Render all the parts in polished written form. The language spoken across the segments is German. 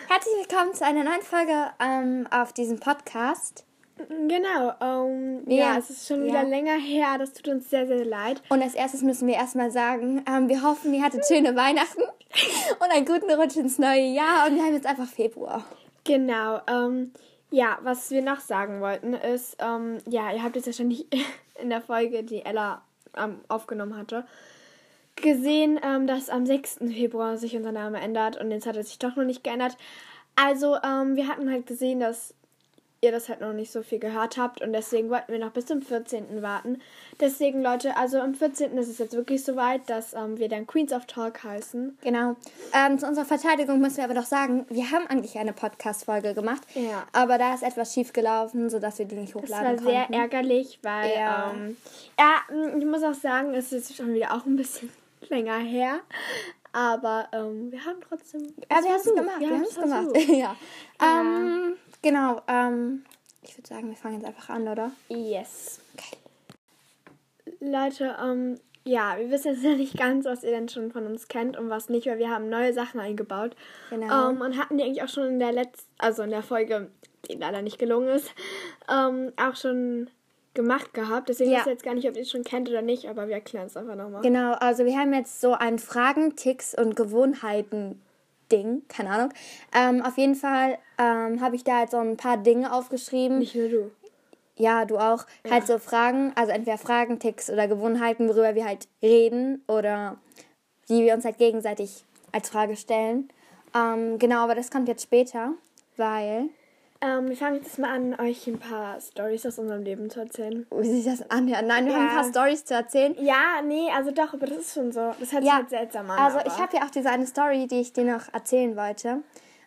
Herzlich willkommen zu einer neuen Folge auf diesem Podcast. Genau, es ist schon wieder länger her, das tut uns sehr, sehr leid. Und als erstes müssen wir erstmal sagen, wir hoffen, ihr hattet schöne Weihnachten und einen guten Rutsch ins neue Jahr und wir haben jetzt einfach Februar. Genau, was wir noch sagen wollten ist, ihr habt jetzt wahrscheinlich in der Folge, die Ella aufgenommen hatte, gesehen, dass am 6. Februar sich unser Name ändert und jetzt hat er sich doch noch nicht geändert. Also, wir hatten halt gesehen, dass ihr das halt noch nicht so viel gehört habt und deswegen wollten wir noch bis zum 14. warten. Deswegen, Leute, also am 14. ist es jetzt wirklich soweit, dass wir dann Queens of Talk heißen. Genau. Zu unserer Verteidigung müssen wir aber doch sagen, wir haben eigentlich eine Podcast-Folge gemacht, aber da ist etwas schief gelaufen, sodass wir die nicht hochladen konnten. Das war sehr ärgerlich, weil, ich muss auch sagen, es ist schon wieder auch ein bisschen länger her, aber wir haben trotzdem... Ja, wir haben es gemacht, wir haben es gemacht. Genau, ich würde sagen, wir fangen jetzt einfach an, oder? Yes. Okay. Leute, wir wissen jetzt ja nicht ganz, was ihr denn schon von uns kennt und was nicht, weil wir haben neue Sachen eingebaut. Genau. Und hatten die eigentlich auch schon in der Folge, die leider nicht gelungen ist, auch schon gemacht gehabt. Deswegen weiß ich jetzt gar nicht, ob ihr es schon kennt oder nicht, aber wir erklären es einfach nochmal. Genau, also wir haben jetzt so ein Fragen, Ticks und Gewohnheiten Ding, keine Ahnung. Auf jeden Fall habe ich da halt so ein paar Dinge aufgeschrieben. Nicht nur du. Ja, du auch. Ja. Halt so Fragen, also entweder Fragen, Ticks oder Gewohnheiten, worüber wir halt reden oder die wir uns halt gegenseitig als Frage stellen. Genau, aber das kommt jetzt später, weil... wir fangen jetzt mal an, euch ein paar Storys aus unserem Leben zu erzählen. Wie sich das anhört? Nein, wir haben ein paar Storys zu erzählen. Ja, nee, also doch, aber das ist schon so. Das hört sich halt seltsam an. Also ich habe ja auch diese eine Story, die ich dir noch erzählen wollte.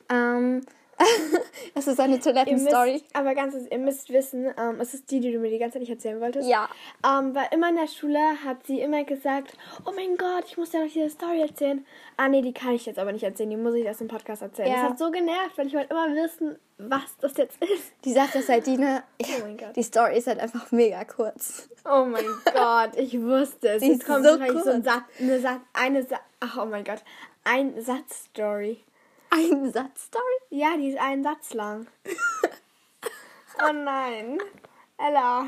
Das ist eine Toiletten-Story. Aber ganz ehrlich, ihr müsst wissen, es ist die du mir die ganze Zeit nicht erzählen wolltest. Ja. Weil immer in der Schule hat sie immer gesagt, oh mein Gott, ich muss dir noch diese Story erzählen. Ah nee, die kann ich jetzt aber nicht erzählen, die muss ich erst im Podcast erzählen. Ja. Das hat so genervt, weil ich wollte immer wissen, was das jetzt ist. Die sagt das halt, Dina. Ja, oh mein Gott. Die Story ist halt einfach mega kurz. Oh mein Gott, ich wusste es. Jetzt kommt so wahrscheinlich so ein Satz-Story. Ein Satz-Story? Ja, die ist einen Satz lang. Oh nein. Ella.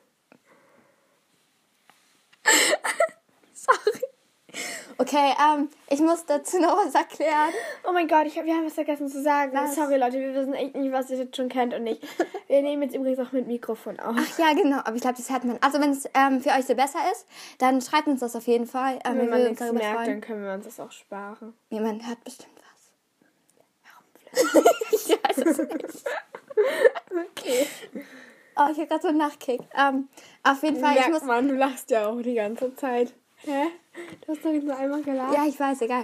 Sorry. Okay, ich muss dazu noch was erklären. Oh mein Gott, wir haben was vergessen zu sagen. Was? Sorry, Leute, wir wissen echt nicht, was ihr jetzt schon kennt und nicht. Wir nehmen jetzt übrigens auch mit Mikrofon auf. Ach ja, genau, aber ich glaube, das hört man. Also wenn es für euch so besser ist, dann schreibt uns das auf jeden Fall. Wenn man nichts merkt, dann können wir uns das auch sparen. Jemand hört bestimmt was. Warum ich weiß es nicht. Okay. Oh, ich habe gerade so einen Nachkick. Auf jeden Fall, du lachst ja auch die ganze Zeit. Hä? Du hast doch nicht nur einmal gelacht. Ja, ich weiß, egal.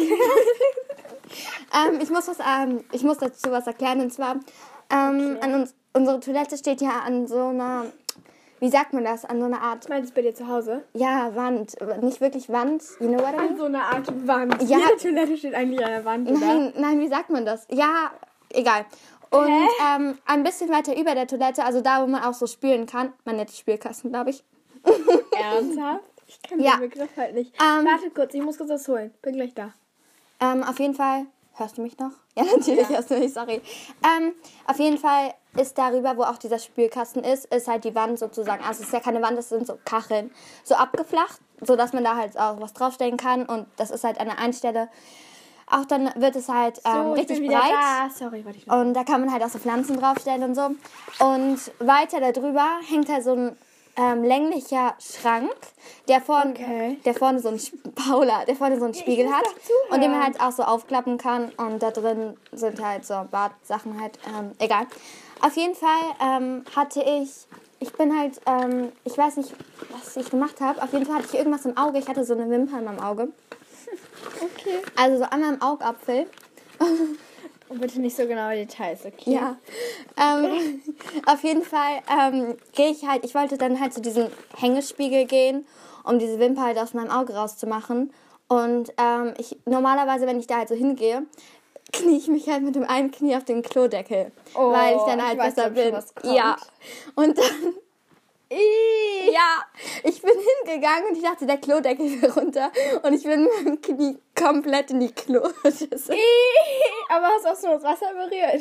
Ich muss dazu was erklären. Und zwar, unsere Toilette steht ja an so einer, wie sagt man das, an so einer Art... Meinst du bei dir zu Hause? Ja, Wand. Nicht wirklich Wand, you know what I mean? An so einer Art Wand. Ja. Jede Toilette steht eigentlich an der Wand, oder? Nein, wie sagt man das? Ja, egal. Und ein bisschen weiter über der Toilette, also da, wo man auch so spülen kann. Man nennt Spülkasten, glaube ich. Ernsthaft? Ich kann den Begriff halt nicht. Warte kurz, ich muss kurz was holen. Bin gleich da. Auf jeden Fall... Hörst du mich noch? Ja, natürlich hörst du mich, sorry. Auf jeden Fall ist darüber, wo auch dieser Spülkasten ist halt die Wand sozusagen, also es ist ja keine Wand, das sind so Kacheln, so abgeflacht, sodass man da halt auch was draufstellen kann und das ist halt an der einen Stelle. Auch dann wird es halt richtig breit. Da. Sorry, warte ich noch. Und da kann man halt auch so Pflanzen draufstellen und so. Und weiter darüber hängt halt so ein länglicher Schrank, der vorne so einen Spiegel hat und den man halt auch so aufklappen kann und da drin sind halt so Badsachen halt, egal. Auf jeden Fall ich bin halt, ich weiß nicht, was ich gemacht habe, auf jeden Fall hatte ich irgendwas im Auge, ich hatte so eine Wimper in meinem Auge. Okay. Also so an meinem Augapfel. Und bitte nicht so genaue Details, okay? Ja. Auf jeden Fall ich wollte dann halt zu diesem Hängespiegel gehen, um diese Wimper halt aus meinem Auge rauszumachen. Und normalerweise, wenn ich da halt so hingehe, knie ich mich halt mit dem einen Knie auf den Klodeckel. Weil ich dann halt besser bin. Ja. Und dann... Ja, ich bin hingegangen und ich dachte, der Klodeckel will runter und ich bin mit dem Knie komplett in die Kloschüssel. aber hast auch so das Wasser berührt.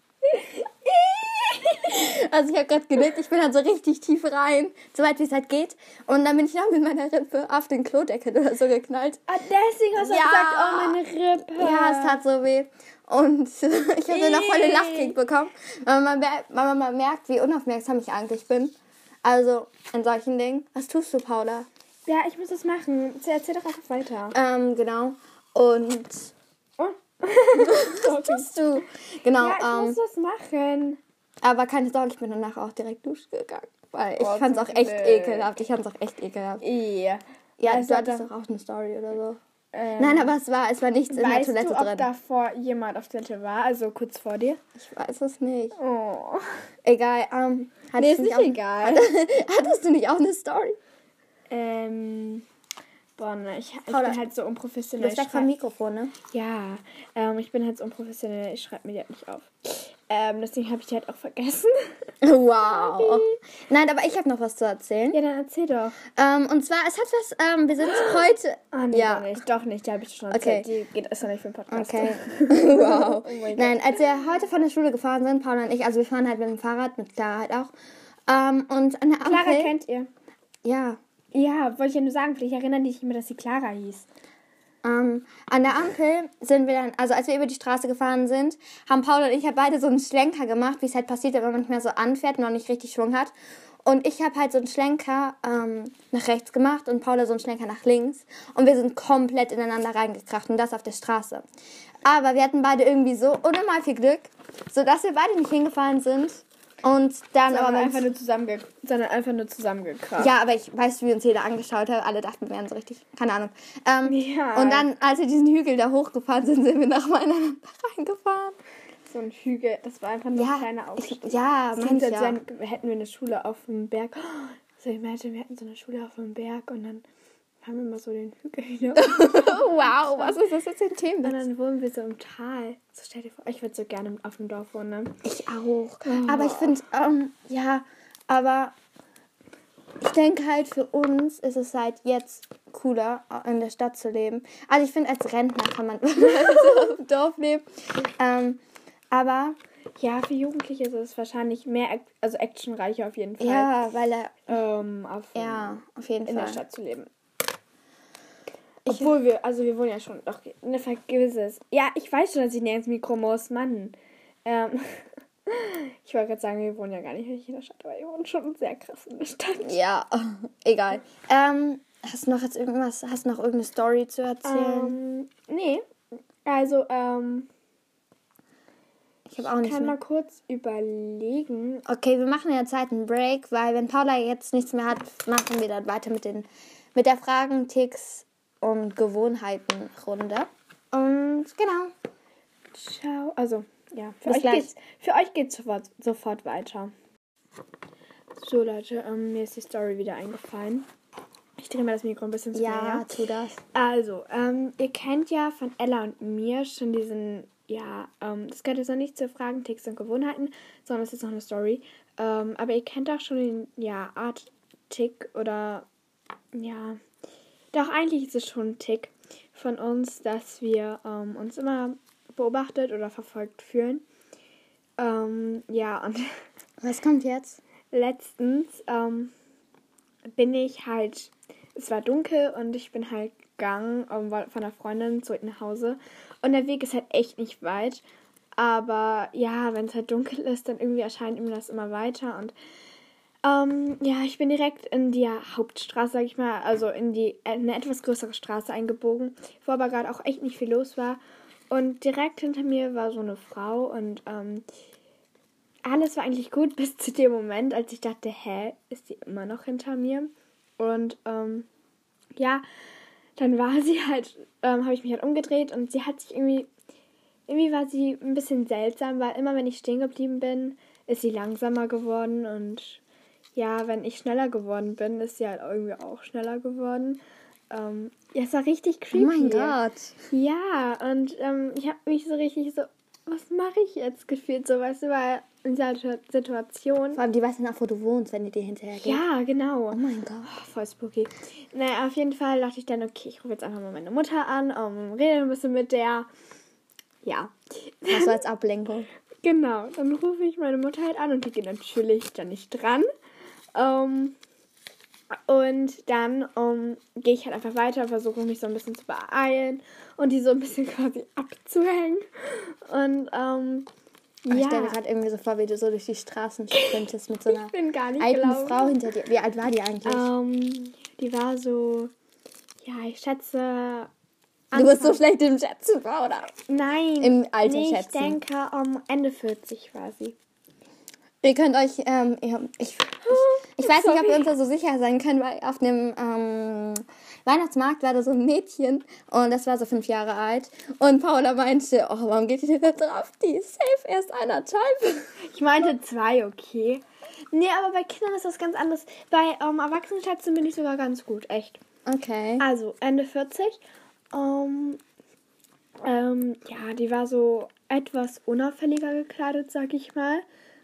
Also ich habe gerade gelegt, ich bin halt so richtig tief rein, so weit wie es halt geht. Und dann bin ich noch mit meiner Rippe auf den Klodeckel oder so geknallt. Ah, deswegen hast du gesagt, oh, meine Rippe. Ja, es tat so weh. Und ich habe dann noch voll den Lachkick bekommen. Weil man merkt, wie unaufmerksam ich eigentlich bin. Also in solchen Dingen. Was tust du, Paula? Ja, ich muss das machen. Erzähl doch einfach weiter. Genau. Und... Oh. Was tust du? Genau. Ja, ich muss das machen. Aber keine Sorge, ich bin danach auch direkt duschen gegangen. Weil ich fand es auch echt ekelhaft. Ja. Ja, Also du hattest doch auch eine Story oder so. Nein, aber es war nichts in der Toilette drin. Weißt du, drin. ob davor jemand auf der Toilette war? Also kurz vor dir? Ich weiß es nicht. Oh. Egal. Nee, ist nicht egal. Hattest du nicht auch eine Story? Boah, ne, ich bin halt so unprofessionell. Du bist weg vom Mikrofon, ne? Ja, ich bin halt so unprofessionell. Ich schreibe mir die halt nicht auf. Deswegen habe ich die halt auch vergessen. Wow. Sorry. Nein, aber ich habe noch was zu erzählen. Ja, dann erzähl doch. Und zwar, es hat was, wir sind heute... Ah, nee, ja. Doch nicht, die habe ich schon erzählt. Die ist doch nicht für den Podcast. Okay. Wow. Oh nein, als wir heute von der Schule gefahren sind, Paula und ich, also wir fahren halt mit dem Fahrrad, mit Clara halt auch. Und an der Ampel... Clara kennt ihr? Ja. Ja, wollte ich ja nur sagen, vielleicht erinnern die sich immer, dass sie Clara hieß. An der Ampel sind wir dann, also als wir über die Straße gefahren sind, haben Paula und ich halt beide so einen Schlenker gemacht, wie es halt passiert, wenn man nicht mehr so anfährt und noch nicht richtig Schwung hat. Und ich habe halt so einen Schlenker nach rechts gemacht und Paula so einen Schlenker nach links. Und wir sind komplett ineinander reingekracht und das auf der Straße. Aber wir hatten beide irgendwie so unnormal viel Glück, sodass wir beide nicht hingefallen sind. Und dann sondern einfach nur zusammengekracht. Ja, aber ich weiß, wie uns jeder angeschaut hat. Alle dachten, wir wären so richtig, keine Ahnung. Ja. Und dann, als wir diesen Hügel da hochgefahren sind, sind wir nochmal ineinander reingefahren. So ein Hügel, das war einfach nur ein kleiner Aufstieg. Hätten wir eine Schule auf dem Berg. So, ich meinte, wir hätten so eine Schule auf dem Berg und dann haben wir mal so den Hügel wieder. Wow, was ist das jetzt für ein Thema? Und dann wohnen wir so im Tal. So, stell dir vor, ich würde so gerne auf dem Dorf wohnen. Ich auch. Aber ich finde, aber ich denke halt, für uns ist es halt jetzt cooler, in der Stadt zu leben. Also ich finde, als Rentner kann man so auf dem Dorf leben. Aber... Ja, für Jugendliche ist es wahrscheinlich mehr, also actionreicher auf jeden Fall. Ja, weil auf jeden Fall in der Stadt zu leben. Obwohl wir wohnen ja schon, doch, ne, vergiss es. Ja, ich weiß schon, dass ich näher ins Mikro muss, Mann. Ich wollte gerade sagen, wir wohnen ja gar nicht in der Stadt, aber wir wohnen schon sehr krass in der Stadt. Ja, egal. Hast du noch irgendeine Story zu erzählen? Nee. Also, ich habe auch nicht kann mal kurz überlegen. Okay, wir machen jetzt halt einen Break, weil wenn Paula jetzt nichts mehr hat, machen wir dann weiter mit der Fragen, Ticks und Gewohnheiten-Runde. Und genau. Ciao. Also, ja, für euch geht's sofort weiter. So, Leute, mir ist die Story wieder eingefallen. Ich drehe mal das Mikro ein bisschen zu mir. Ja, tu das. Also, ihr kennt ja von Ella und mir schon diesen, das gehört jetzt noch nicht zu Fragen, Ticks und Gewohnheiten, sondern es ist noch eine Story. Aber ihr kennt auch schon den, Art-Tick oder, doch, eigentlich ist es schon ein Tick von uns, dass wir uns immer beobachtet oder verfolgt fühlen. Und was kommt jetzt? Letztens bin ich halt, es war dunkel und ich bin halt gegangen von einer Freundin zurück nach Hause. Und der Weg ist halt echt nicht weit. Aber ja, wenn es halt dunkel ist, dann irgendwie erscheint ihm das immer weiter. Und ich bin direkt in die Hauptstraße, sag ich mal, also in eine etwas größere Straße eingebogen, wo aber gerade auch echt nicht viel los war. Und direkt hinter mir war so eine Frau und alles war eigentlich gut bis zu dem Moment, als ich dachte, ist die immer noch hinter mir? Und dann war sie halt, habe ich mich halt umgedreht und sie hat sich irgendwie war sie ein bisschen seltsam, weil immer wenn ich stehen geblieben bin, ist sie langsamer geworden und wenn ich schneller geworden bin, ist sie halt irgendwie auch schneller geworden. Es war richtig creepy. Oh mein Gott. Ja, und ich habe mich so richtig so, was mache ich jetzt gefühlt so, weißt du, weil in dieser Situation. Vor allem, die weiß dann auch, wo du wohnst, wenn die dir hinterher geht. Ja, genau. Oh mein Gott. Voll spooky. Naja, auf jeden Fall dachte ich dann, okay, ich rufe jetzt einfach mal meine Mutter an, rede ein bisschen mit der. ja. Das war als Ablenkung. Genau, dann rufe ich meine Mutter halt an und die geht natürlich dann nicht dran. Und dann gehe ich halt einfach weiter und versuche mich so ein bisschen zu beeilen und die so ein bisschen quasi abzuhängen. Und Ich stelle mir gerade irgendwie so vor, wie du so durch die Straßen sprintest mit so einer bin gar nicht alten gelaufen. Frau hinter dir. Wie alt war die eigentlich? Die war so, ja, ich schätze... Du bist so schlecht im Schätzen, oder? Nein, Im Alter ich schätzen. denke Ende 40 war sie. Ihr könnt euch, ich weiß nicht, ob wir uns da so sicher sein können, weil auf dem Weihnachtsmarkt war da so ein Mädchen und das war so 5 Jahre alt und Paula meinte, oh, warum geht die denn da drauf? Die ist safe erst 1,5. Ich meinte 2, okay. Nee, aber bei Kindern ist das ganz anders. Bei Erwachsenenschätzen bin ich sogar ganz gut, echt. Okay. Also, Ende 40. Ja, die war so etwas unauffälliger gekleidet, sag ich mal.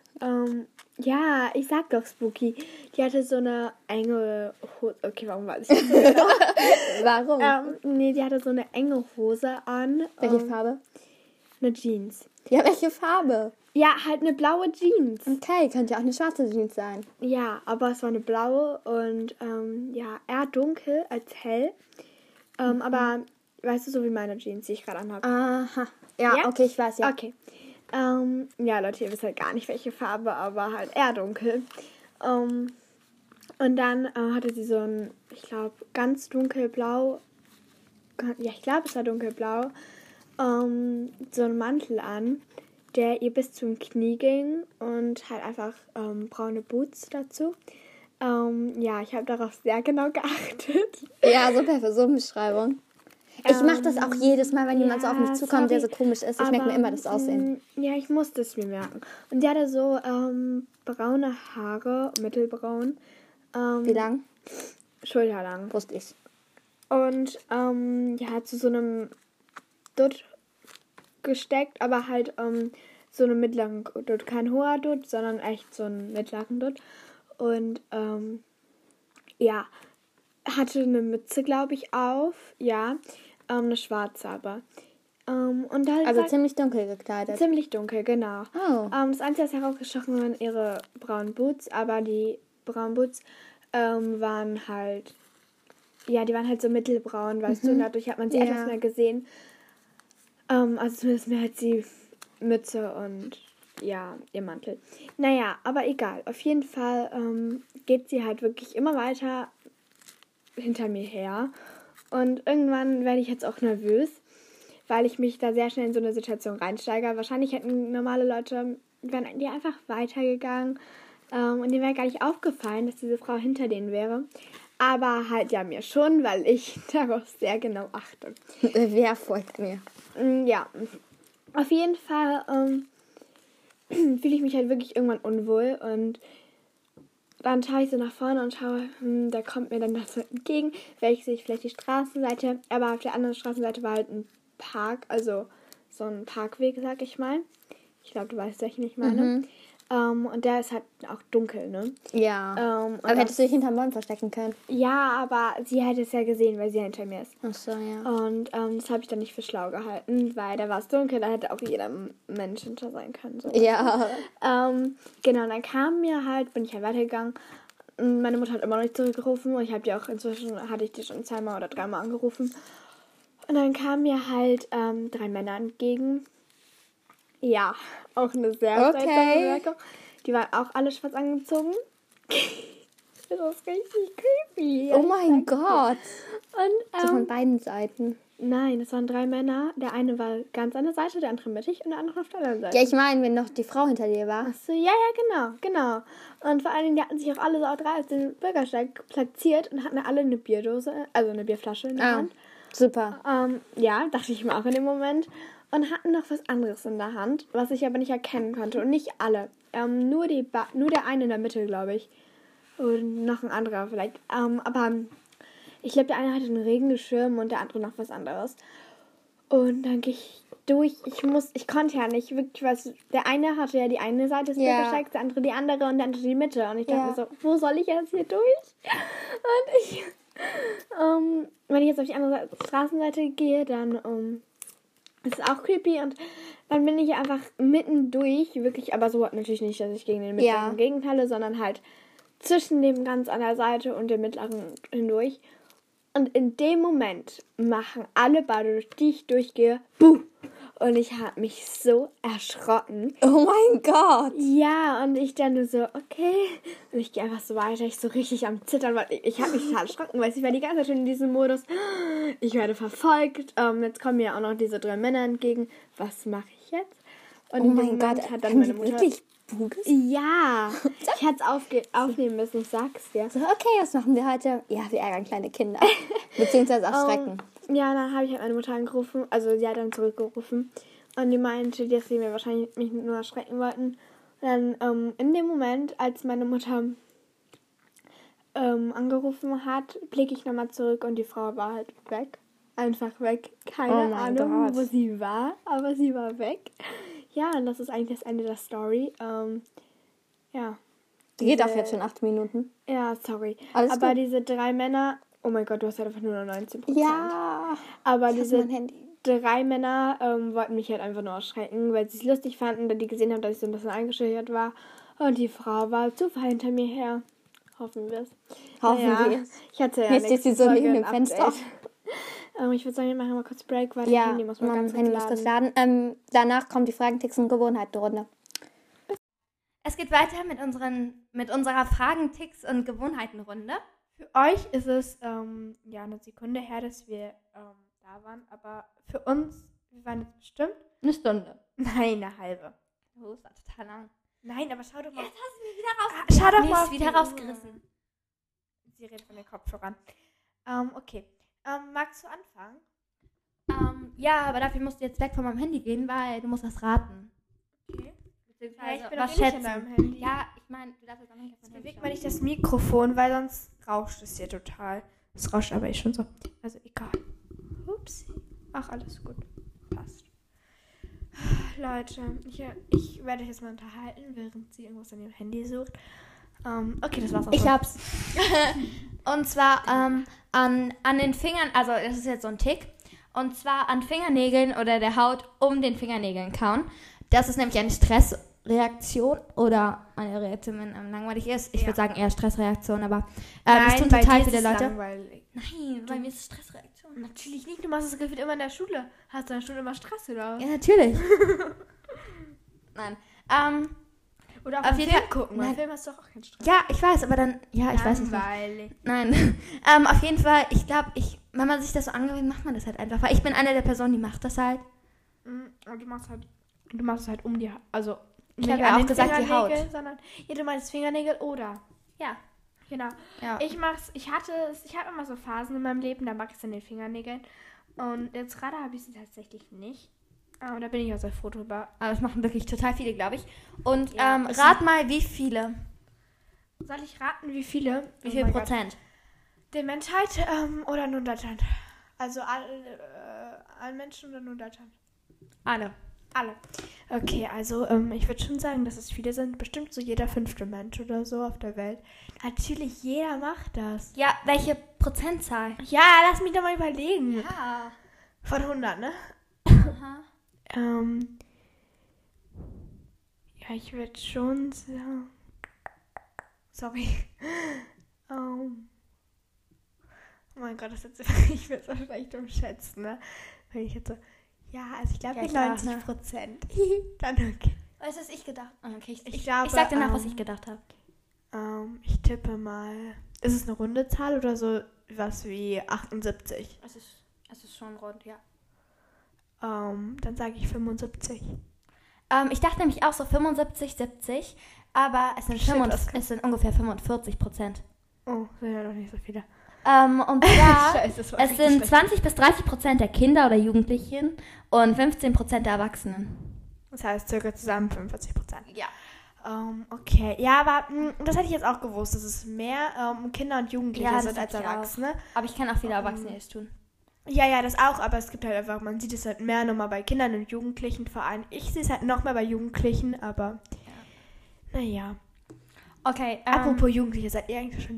Ja, ich sag doch Spooky. Die hatte so eine enge Hose. Okay, warum weiß ich das so genau? Warum? Nee, die hatte so eine enge Hose an. Welche Farbe? Eine Jeans. Ja, welche Farbe? Ja, halt eine blaue Jeans. Okay, könnte ja auch eine schwarze Jeans sein. Ja, aber es war eine blaue und ja, eher dunkel als hell. Aber weißt du, so wie meine Jeans, die ich gerade anhabe. Aha. Ja, okay, ich weiß, ja. Okay. Ja, Leute, ihr wisst halt gar nicht, welche Farbe, aber halt eher dunkel. Und dann hatte sie so ein, ich glaube, ganz dunkelblau, ja, ich glaube, es war dunkelblau, so einen Mantel an, der ihr bis zum Knie ging und halt einfach braune Boots dazu. Ja, ich habe darauf sehr genau geachtet. Ja, super für so eine Beschreibung. Ich mache das auch jedes Mal, wenn jemand so auf mich zukommt, der so komisch ist. Ich merke mir immer das Aussehen. Ja, ich musste es mir merken. Und der hatte so braune Haare, mittelbraun. Wie lang? Schulterlang. Wusste ich. Und ja, zu so einem Dutt gesteckt, aber halt so einem mittleren Dutt. Kein hoher Dutt, sondern echt so ein mittleren Dutt. Und ja, hatte eine Mütze, glaube ich, auf. Ja, eine schwarze aber. Und da Also ziemlich dunkel gekleidet. Ziemlich dunkel, genau. Oh. Das Einzige, was herausgestochen waren ihre braunen Boots, aber die braunen Boots waren halt, ja, die waren halt so mittelbraun, weißt du, und dadurch hat man sie etwas mehr gesehen. Also zumindest mehr als die Mütze und ja, ihr Mantel. Naja, aber egal. Auf jeden Fall geht sie halt wirklich immer weiter hinter mir her. Und irgendwann werde ich jetzt auch nervös, weil ich mich da sehr schnell in so eine Situation reinsteige. Wahrscheinlich hätten normale Leute, wären die einfach weitergegangen und denen wäre gar nicht aufgefallen, dass diese Frau hinter denen wäre. Aber halt ja mir schon, weil ich darauf sehr genau achte. Wer folgt mir? Ja, auf jeden Fall fühle ich mich halt wirklich irgendwann unwohl und dann schaue ich so nach vorne und schaue, da kommt mir dann das entgegen. Vielleicht sehe ich vielleicht die Straßenseite, aber auf der anderen Straßenseite war halt ein Park, also so ein Parkweg, sag ich mal. Ich glaube, du weißt, welchen ich meine. Und der ist halt auch dunkel, ne? Ja. Aber hättest du dich hinterm Baum verstecken können? Ja, aber sie hat es ja gesehen, weil sie ja hinter mir ist. Ach so, ja. Und das habe ich dann nicht für schlau gehalten, weil da war es dunkel, da hätte auch jeder Mensch hinter sein können. So. Ja. Genau, dann bin ich halt weitergegangen. Meine Mutter hat immer noch nicht zurückgerufen und ich habe die auch inzwischen, hatte ich die schon 2-mal oder 3-mal angerufen. Und dann kamen mir halt 3 Männer entgegen. Ja, auch eine sehr seltsame Bemerkung. Die waren auch alle schwarz angezogen. Das ist richtig creepy. Oh mein Gott. Und, so von beiden Seiten. Nein, es waren 3 Männer. Der eine war ganz an der Seite, der andere mittig und der andere auf der anderen Seite. Ja, ich meine, wenn noch die Frau hinter dir war. Achso, ja, genau. Und vor allen Dingen, die hatten sich auch alle so 3 auf den Bürgersteig platziert und hatten alle eine Bierdose, also eine Bierflasche in der Hand. Super. Ja, dachte ich mir auch in dem Moment. Und hatten noch was anderes in der Hand, was ich aber nicht erkennen konnte. Und nicht alle. Nur der eine in der Mitte, glaube ich. Und noch ein anderer vielleicht. Aber ich glaube, der eine hatte einen Regenschirm und der andere noch was anderes. Und dann gehe ich durch. Ich konnte ja nicht wirklich was. Der eine hatte ja die eine Seite des Bürgersteigs, der andere die andere und der andere die Mitte. Und ich dachte mir so, wo soll ich jetzt hier durch? Und ich, wenn ich jetzt auf die andere Straßenseite gehe, dann Das ist auch creepy und dann bin ich einfach mittendurch, wirklich, aber so natürlich nicht, dass ich gegen den mittleren gegenhalle, sondern halt zwischen dem ganz an der Seite und dem mittleren hindurch. Und in dem Moment machen alle Bade, durch die ich durchgehe, Buh! Und ich habe mich so erschrocken. Oh mein Gott. Ja, und ich dann nur so, okay. Und ich gehe einfach so weiter. Ich so richtig am Zittern, weil ich habe mich total erschrocken, weil ich war die ganze Zeit schon in diesem Modus. Ich werde verfolgt. Jetzt kommen mir auch noch diese 3 Männer entgegen. Was mache ich jetzt? Und oh mein Gott, hat dann meine Mutter... Wirklich Buges? Ja. Ich hätte es aufnehmen müssen, ich sag's dir. So, okay, was machen wir heute? Ja, wir ärgern kleine Kinder. Beziehungsweise erschrecken. Ja, dann habe ich halt meine Mutter angerufen, also sie hat dann zurückgerufen und die meinte, dass sie mir wahrscheinlich mich nur erschrecken wollten. Und dann in dem Moment, als meine Mutter angerufen hat, blicke ich nochmal zurück und die Frau war halt weg. Einfach weg. Keine Ahnung, wo sie war, aber sie war weg. Ja, und das ist eigentlich das Ende der Story. Ja. Die geht auch jetzt schon 8 Minuten. Ja, sorry. Alles aber gut. diese 3 Männer... Oh mein Gott, du hast halt einfach nur noch 19%. Ja. Aber diese 3 Männer wollten mich halt einfach nur erschrecken, weil sie es lustig fanden, da die gesehen haben, dass ich so ein bisschen eingeschüchtert war. Und die Frau war Zufall hinter mir her. Hoffen wir es. Hoffen wir es. Ich hatte ja jetzt steht sie so neben dem Fenster. Ich würde sagen, wir machen mal kurz Break, weil ja, das Handy muss man ganz Handy muss kurz laden. Danach kommt die Fragen, Ticks und Gewohnheiten-Runde. Es geht weiter mit unserer Fragen, Ticks und Gewohnheiten-Runde. Für euch ist es eine Sekunde her, dass wir da waren, aber für uns, wir waren jetzt bestimmt 1 Stunde. Nein, 1/2. Oh, das war total lang. Nein, aber schau doch mal. Jetzt hast du mich wieder rausgerissen. Schau doch mal. Ist wieder rausgerissen. Sie redet von den Kopfhörern. Okay. Magst du anfangen? Ja, aber dafür musst du jetzt weg von meinem Handy gehen, weil du musst was raten. Okay. Beziehungsweise ich bin was nicht schätzen. in deinem Handy. Ja, ich meine, du darfst jetzt auch nicht auf mein Handy Bewegt man nicht das Mikrofon, weil sonst rauscht es hier total. Es rauscht aber schon so. Also egal. Ups. Ach, alles gut. Passt. Leute, ich werde euch jetzt mal unterhalten, während sie irgendwas an ihrem Handy sucht. Okay, das war's auch. Ich hab's. Und zwar an den Fingern, also das ist jetzt so ein Tick. Und zwar an Fingernägeln oder der Haut um den Fingernägeln kauen. Das ist nämlich eine Stressreaktion oder eine Reaktion, wenn einem langweilig ist. Ich würde sagen eher Stressreaktion, aber das tun total viele Leute. Langweilig. Nein, bei mir ist es Stressreaktion. Natürlich nicht, du machst das Gefühl immer in der Schule. Hast du in der Schule immer Stress, oder? Ja, natürlich. Nein. Oder auf jeden Fall gucken, weil Film hast du doch auch keinen Stress. Ja, ich weiß, aber dann, ja, ich weiß es nicht. Nein. Auf jeden Fall, ich glaube, wenn man sich das so angewöhnt, macht man das halt einfach. Weil ich bin eine der Personen, die macht das halt. Und du machst es halt um die, also ich habe ja auch gesagt, die Haut. Sondern, ja, du meinst Fingernägel oder? Ja. Genau. Ja. Ich habe immer so Phasen in meinem Leben, da mag ich es an den Fingernägeln. Und jetzt gerade habe ich sie tatsächlich nicht. Aber da bin ich auch sehr froh drüber. Aber das machen wirklich total viele, glaube ich. Und Ja, rat mal, wie viele? Soll ich raten, wie viele? Wie viel Prozent? Der Menschheit oder nur Deutschland? Also allen Menschen oder nur Deutschland? Alle. Okay, also ich würde schon sagen, dass es viele sind. Bestimmt so jeder 5. Mensch oder so auf der Welt. Natürlich, jeder macht das. Ja, welche Prozentzahl? Ja, lass mich doch mal überlegen. Ja. Von 100, ne? Aha. Ja, ich würde schon sagen... Sorry. Oh mein Gott, ich würde es wahrscheinlich umschätzen, ne? Wenn ich jetzt so... Ja, also ich glaube mit 90%. Dann okay. Weißt du, was ich gedacht habe? Okay, ich glaube, sag dir nach, was ich gedacht habe. Ich tippe mal... Ist es eine runde Zahl oder so was wie 78? Es ist schon rund, ja. Dann sage ich 75. Ich dachte nämlich auch so 75, 70, aber es sind ungefähr 45%. Oh, sind ja doch nicht so viele. Und zwar, Scheiße, das war es sind schlecht. 20-30% der Kinder oder Jugendlichen und 15% der Erwachsenen. Das heißt circa zusammen 45%. Ja. Okay, ja, aber das hätte ich jetzt auch gewusst, dass es mehr Kinder und Jugendliche sind als Erwachsene. Auch. Aber ich kenne auch viele Erwachsene, die es tun. Ja, das auch, aber es gibt halt einfach, man sieht es halt mehr nochmal bei Kindern und Jugendlichen vor allem. Ich sehe es halt noch mehr bei Jugendlichen, aber naja. Okay. Apropos Jugendliche, seid ihr eigentlich schon jugendlich?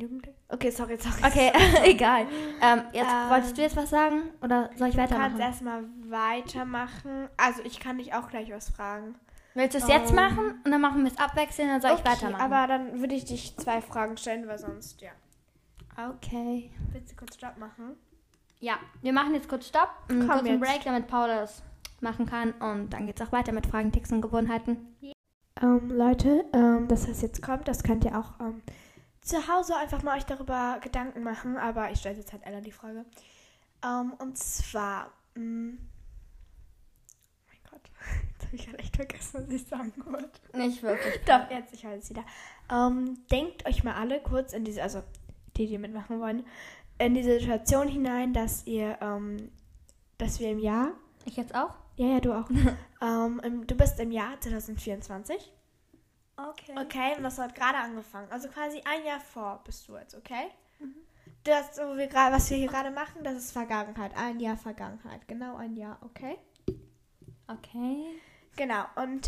Okay, sorry. Okay, egal. Wolltest du jetzt was sagen oder soll ich weitermachen? Du kannst erstmal weitermachen. Also ich kann dich auch gleich was fragen. Willst du es jetzt machen und dann machen wir es abwechselnd, dann soll ich weitermachen? Aber dann würde ich dich 2 Fragen stellen, weil sonst, ja. Okay. Willst du kurz Stopp machen? Ja, wir machen jetzt kurz Stopp, einen kurzen jetzt. Break, damit Paul das machen kann und dann geht's auch weiter mit Fragen, Texten und Gewohnheiten. Leute, dass das jetzt kommt, das könnt ihr auch zu Hause einfach mal euch darüber Gedanken machen, aber ich stelle jetzt halt Ella die Frage. Und zwar, oh mein Gott, jetzt habe ich halt echt vergessen, was ich sagen wollte. Nicht wirklich. Doch, jetzt, ich weiß es wieder. Denkt euch mal alle kurz in diese, also die mitmachen wollen, in diese Situation hinein, dass wir im Jahr... Ich jetzt auch? Ja, du auch. Du bist im Jahr 2024. Okay, und das hat gerade angefangen. Also quasi ein Jahr vor bist du jetzt, okay? Mhm. Das, was wir hier gerade machen, das ist Vergangenheit. Ein Jahr Vergangenheit. Genau ein Jahr, okay? Okay. Genau, und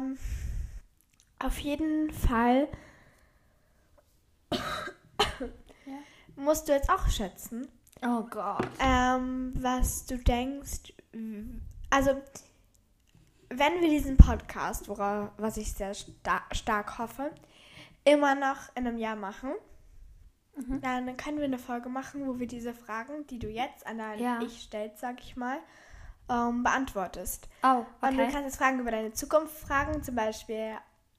auf jeden Fall musst du jetzt auch schätzen. Oh Gott. Was du denkst, also wenn wir diesen Podcast, was ich sehr stark hoffe, immer noch in einem Jahr machen, dann können wir eine Folge machen, wo wir diese Fragen, die du jetzt an dein Ich stellst, sag ich mal, beantwortest. Oh, okay. Und du kannst jetzt Fragen über deine Zukunft fragen, zum Beispiel,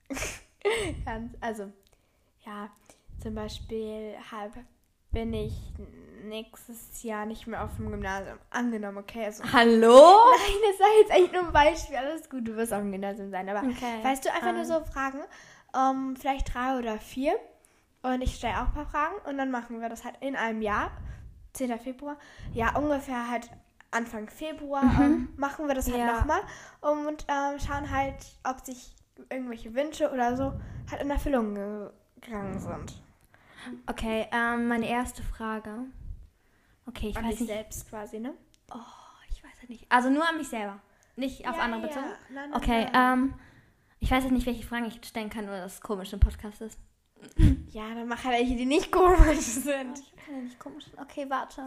zum Beispiel bin ich nächstes Jahr nicht mehr auf dem Gymnasium angenommen, okay? Also, Hallo? Nein, das war jetzt eigentlich nur ein Beispiel. Alles gut, du wirst auf dem Gymnasium sein. Aber weißt du, einfach nur so Fragen, vielleicht 3 oder 4. Und ich stelle auch ein paar Fragen. Und dann machen wir das halt in einem Jahr, 10. Februar. Ja, ungefähr halt Anfang Februar machen wir das halt nochmal. Und schauen halt, ob sich irgendwelche Wünsche oder so halt in Erfüllung gegangen sind. Okay, meine erste Frage. Okay, ich weiß nicht. An dich selbst quasi, ne? Oh, ich weiß ja nicht. Also nur an mich selber. Nicht auf andere bezogen? Nein, okay, ich weiß jetzt nicht, welche Fragen ich stellen kann, oder dass es komisch im Podcast ist. Ja, dann mach halt welche, die nicht komisch sind. Ich kann ja nicht komisch. Okay, warte.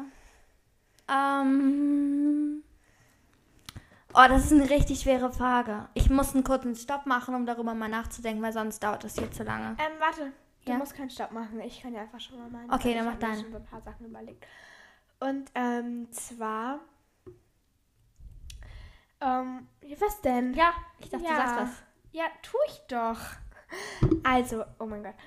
Oh, das ist eine richtig schwere Frage. Ich muss einen kurzen Stopp machen, um darüber mal nachzudenken, weil sonst dauert das hier zu lange. Warte. Du musst keinen Stopp machen. Ich kann ja einfach schon mal meinen. Okay, dann mach deine. Ich habe mir schon so ein paar Sachen überlegt. Und zwar... was denn? Ja, ich dachte, du sagst was. Ja, tu ich doch. Also, oh mein Gott.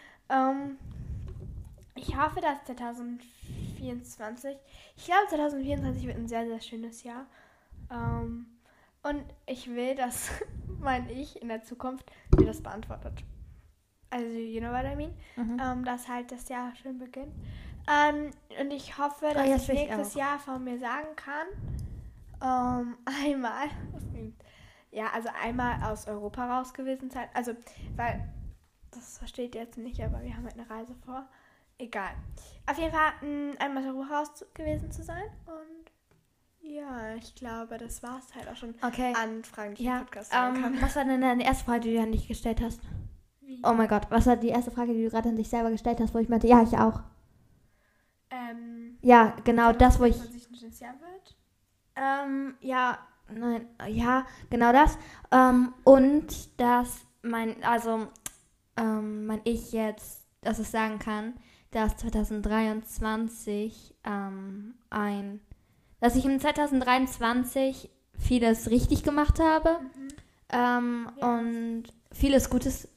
Ich hoffe, dass 2024... Ich glaube, 2024 wird ein sehr, sehr schönes Jahr. Und ich will, dass mein Ich in der Zukunft mir das beantwortet. Also, you know what I mean? Dass halt das Jahr schön beginnt. Und ich hoffe, dass ich nächstes Jahr von mir sagen kann, einmal aus Europa raus gewesen sein. Also, weil, das versteht ihr jetzt nicht, aber wir haben halt eine Reise vor. Egal. Auf jeden Fall einmal aus Europa raus gewesen zu sein. Und ja, ich glaube, das war es halt auch schon an Fragen, die ich im Podcast sagen kann. Was war denn deine erste Frage, die du an dich gestellt hast? Wie? Oh mein Gott, was war die erste Frage, die du gerade an dich selber gestellt hast, wo ich meinte, ja, ich auch. Ja, genau das, wo ich... Dass sich ein schönes Jahr wird? Genau das. Und dass mein Ich jetzt, dass ich sagen kann, dass 2023 dass ich im 2023 vieles richtig gemacht habe. Und vieles Gutes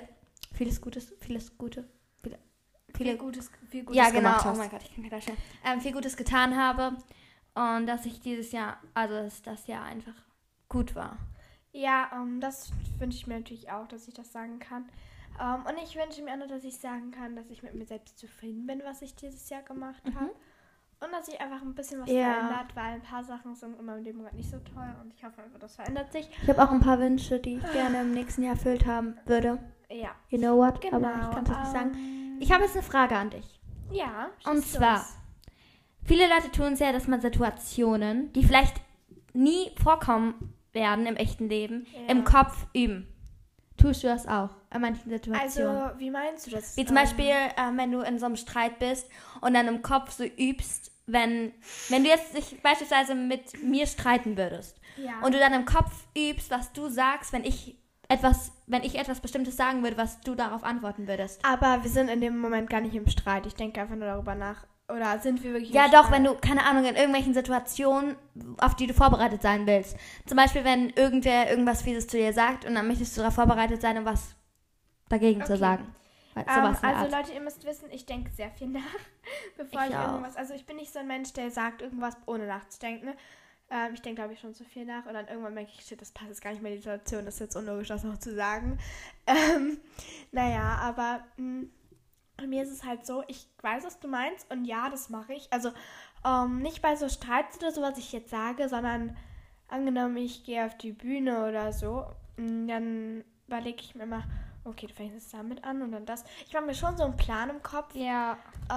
ja, genau. Gemacht hast. Oh mein Gott, ich kann gar nicht schnell. Viel Gutes getan habe und dass ich dieses Jahr, also dass das Jahr einfach gut war. Ja, das wünsche ich mir natürlich auch, dass ich das sagen kann. Und ich wünsche mir auch nur, dass ich sagen kann, dass ich mit mir selbst zufrieden bin, was ich dieses Jahr gemacht habe. Und dass sich einfach ein bisschen was verändert, weil ein paar Sachen sind in meinem Leben gerade nicht so toll und ich hoffe einfach, das verändert sich. Ich habe auch ein paar Wünsche, die ich gerne im nächsten Jahr erfüllt haben würde. Ja. You know what? Genau, aber ich kann es nicht sagen. Ich habe jetzt eine Frage an dich. Ja. Und zwar, viele Leute tun es ja, dass man Situationen, die vielleicht nie vorkommen werden im echten Leben, im Kopf üben. tust du das auch in manchen Situationen. Also, wie meinst du das? Wie zum Beispiel, wenn du in so einem Streit bist und dann im Kopf so übst, wenn du jetzt dich beispielsweise mit mir streiten würdest und du dann im Kopf übst, was du sagst, wenn ich etwas Bestimmtes sagen würde, was du darauf antworten würdest. Aber wir sind in dem Moment gar nicht im Streit. Ich denke einfach nur darüber nach. Oder sind wir wirklich Ja, doch, wenn du, keine Ahnung, in irgendwelchen Situationen, auf die du vorbereitet sein willst. Zum Beispiel, wenn irgendwer irgendwas Fieses zu dir sagt und dann möchtest du darauf vorbereitet sein, um was dagegen zu sagen. Also Leute, ihr müsst wissen, ich denke sehr viel nach, bevor ich irgendwas... Also ich bin nicht so ein Mensch, der sagt irgendwas, ohne nachzudenken. Ich denke, glaube ich, schon zu viel nach und dann irgendwann merke ich, shit, das passt jetzt gar nicht mehr in die Situation, das ist jetzt unlogisch, das noch zu sagen. Naja, aber bei mir ist es halt so, ich weiß, was du meinst und ja, das mache ich. Also nicht bei so Streits oder so, was ich jetzt sage, sondern angenommen, ich gehe auf die Bühne oder so, dann überlege ich mir immer, okay, du fängst jetzt damit an und dann das. Ich mache mir schon so einen Plan im Kopf. Ja.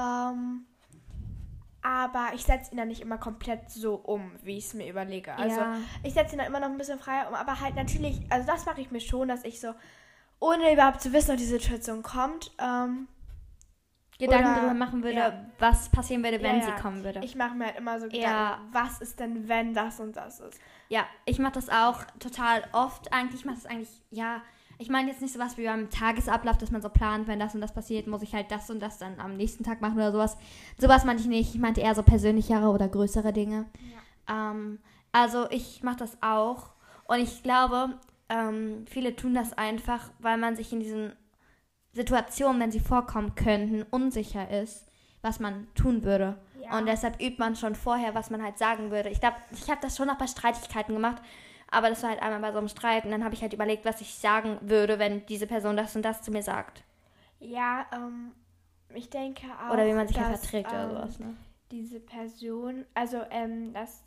Aber ich setze ihn dann nicht immer komplett so um, wie ich es mir überlege. Also ich setze ihn dann immer noch ein bisschen freier um. Aber halt natürlich, also das mache ich mir schon, dass ich so, ohne überhaupt zu wissen, ob die Situation kommt, Gedanken darüber machen würde, was passieren würde, wenn sie kommen würde. Ich mache mir halt immer so Gedanken, was ist denn, wenn das und das ist. Ja, ich mache das auch total oft. Ich meine jetzt nicht sowas wie beim Tagesablauf, dass man so plant, wenn das und das passiert, muss ich halt das und das dann am nächsten Tag machen oder sowas. Sowas meinte ich nicht. Ich meinte eher so persönlichere oder größere Dinge. Ja. Also ich mache das auch. Und ich glaube, viele tun das einfach, weil man sich in diesen Situationen, wenn sie vorkommen könnten, unsicher ist, was man tun würde. Ja. Und deshalb übt man schon vorher, was man halt sagen würde. Ich glaube, ich habe das schon noch bei Streitigkeiten gemacht. Aber das war halt einmal bei so einem Streit und dann habe ich halt überlegt, was ich sagen würde, wenn diese Person das und das zu mir sagt. Ja, ich denke auch, oder wie man sich halt verträgt oder sowas, ne? Diese Person, dass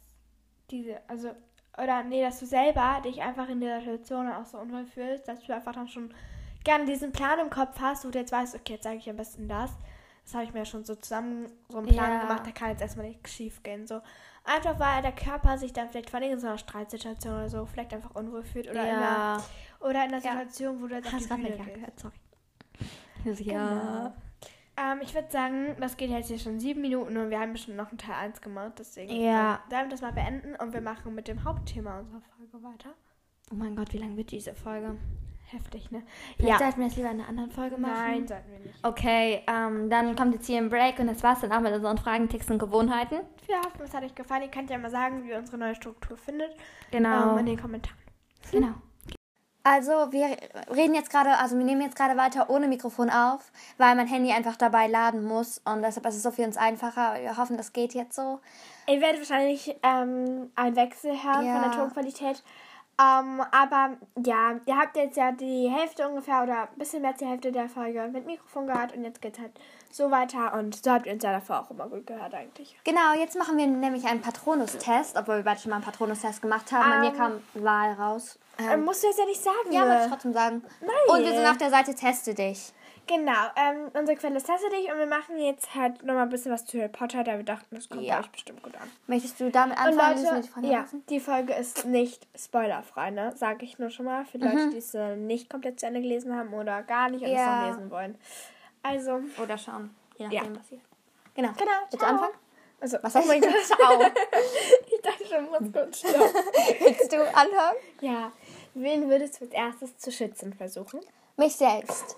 du selber dich einfach in der Situation auch so unwohl fühlst, dass du einfach dann schon gerne diesen Plan im Kopf hast, wo du jetzt weißt, okay, jetzt sage ich am besten das. Das habe ich mir schon so zusammen so einen Plan gemacht, da kann jetzt erstmal nichts schief gehen, so. Einfach weil der Körper sich dann vielleicht vor allem in so einer Streitsituation oder so vielleicht einfach unwohl fühlt oder in einer Situation, wo du jetzt auf die Bühne gehst. Sorry. Ja. Genau. Ich würde sagen, das geht jetzt hier schon 7 Minuten und wir haben bestimmt noch einen Teil 1 gemacht, deswegen werden wir das mal beenden und wir machen mit dem Hauptthema unserer Folge weiter. Oh mein Gott, wie lang wird diese Folge? Heftig, ne? Vielleicht sollten wir es lieber in einer anderen Folge machen. Nein, sollten wir nicht. Okay, dann kommt jetzt hier ein Break und das war's dann auch mit unseren Fragen, Texten und Gewohnheiten. Wir hoffen, es hat euch gefallen. Ihr könnt ja mal sagen, wie ihr unsere neue Struktur findet. Genau. In den Kommentaren. Genau. Also, wir nehmen jetzt gerade weiter ohne Mikrofon auf, weil mein Handy einfach dabei laden muss und deshalb ist es so für uns einfacher. Wir hoffen, das geht jetzt so. Ihr werdet wahrscheinlich einen Wechsel hören von der Tonqualität. Aber ja, ihr habt jetzt ja die Hälfte ungefähr oder ein bisschen mehr als die Hälfte der Folge mit Mikrofon gehört und jetzt geht's halt so weiter und so habt ihr uns ja davor auch immer gut gehört eigentlich. Genau, jetzt machen wir nämlich einen Patronus-Test, obwohl wir beide schon mal einen Patronus-Test gemacht haben. Bei mir kam Wahl raus. Musst du das ja nicht sagen. Ja, wollte ich trotzdem sagen. Nein. Und wir sind auf der Seite Teste dich. Genau, unsere Quelle ist Teste dich und wir machen jetzt halt nochmal ein bisschen was zu Harry Potter, da wir dachten, das kommt euch bestimmt gut an. Möchtest du damit anfangen? Und Leute, die Folge ist nicht spoilerfrei, ne? Sage ich nur schon mal, für Leute, die es nicht komplett zu Ende gelesen haben oder gar nicht und es noch lesen wollen. Also. Oder schauen, je nachdem, was ihr. Genau. Willst du anfangen? Also, was heißt ciao? Ich dachte schon, muss kurz stoppen. Willst du anfangen? Ja. Wen würdest du als erstes zu schützen versuchen? Mich selbst.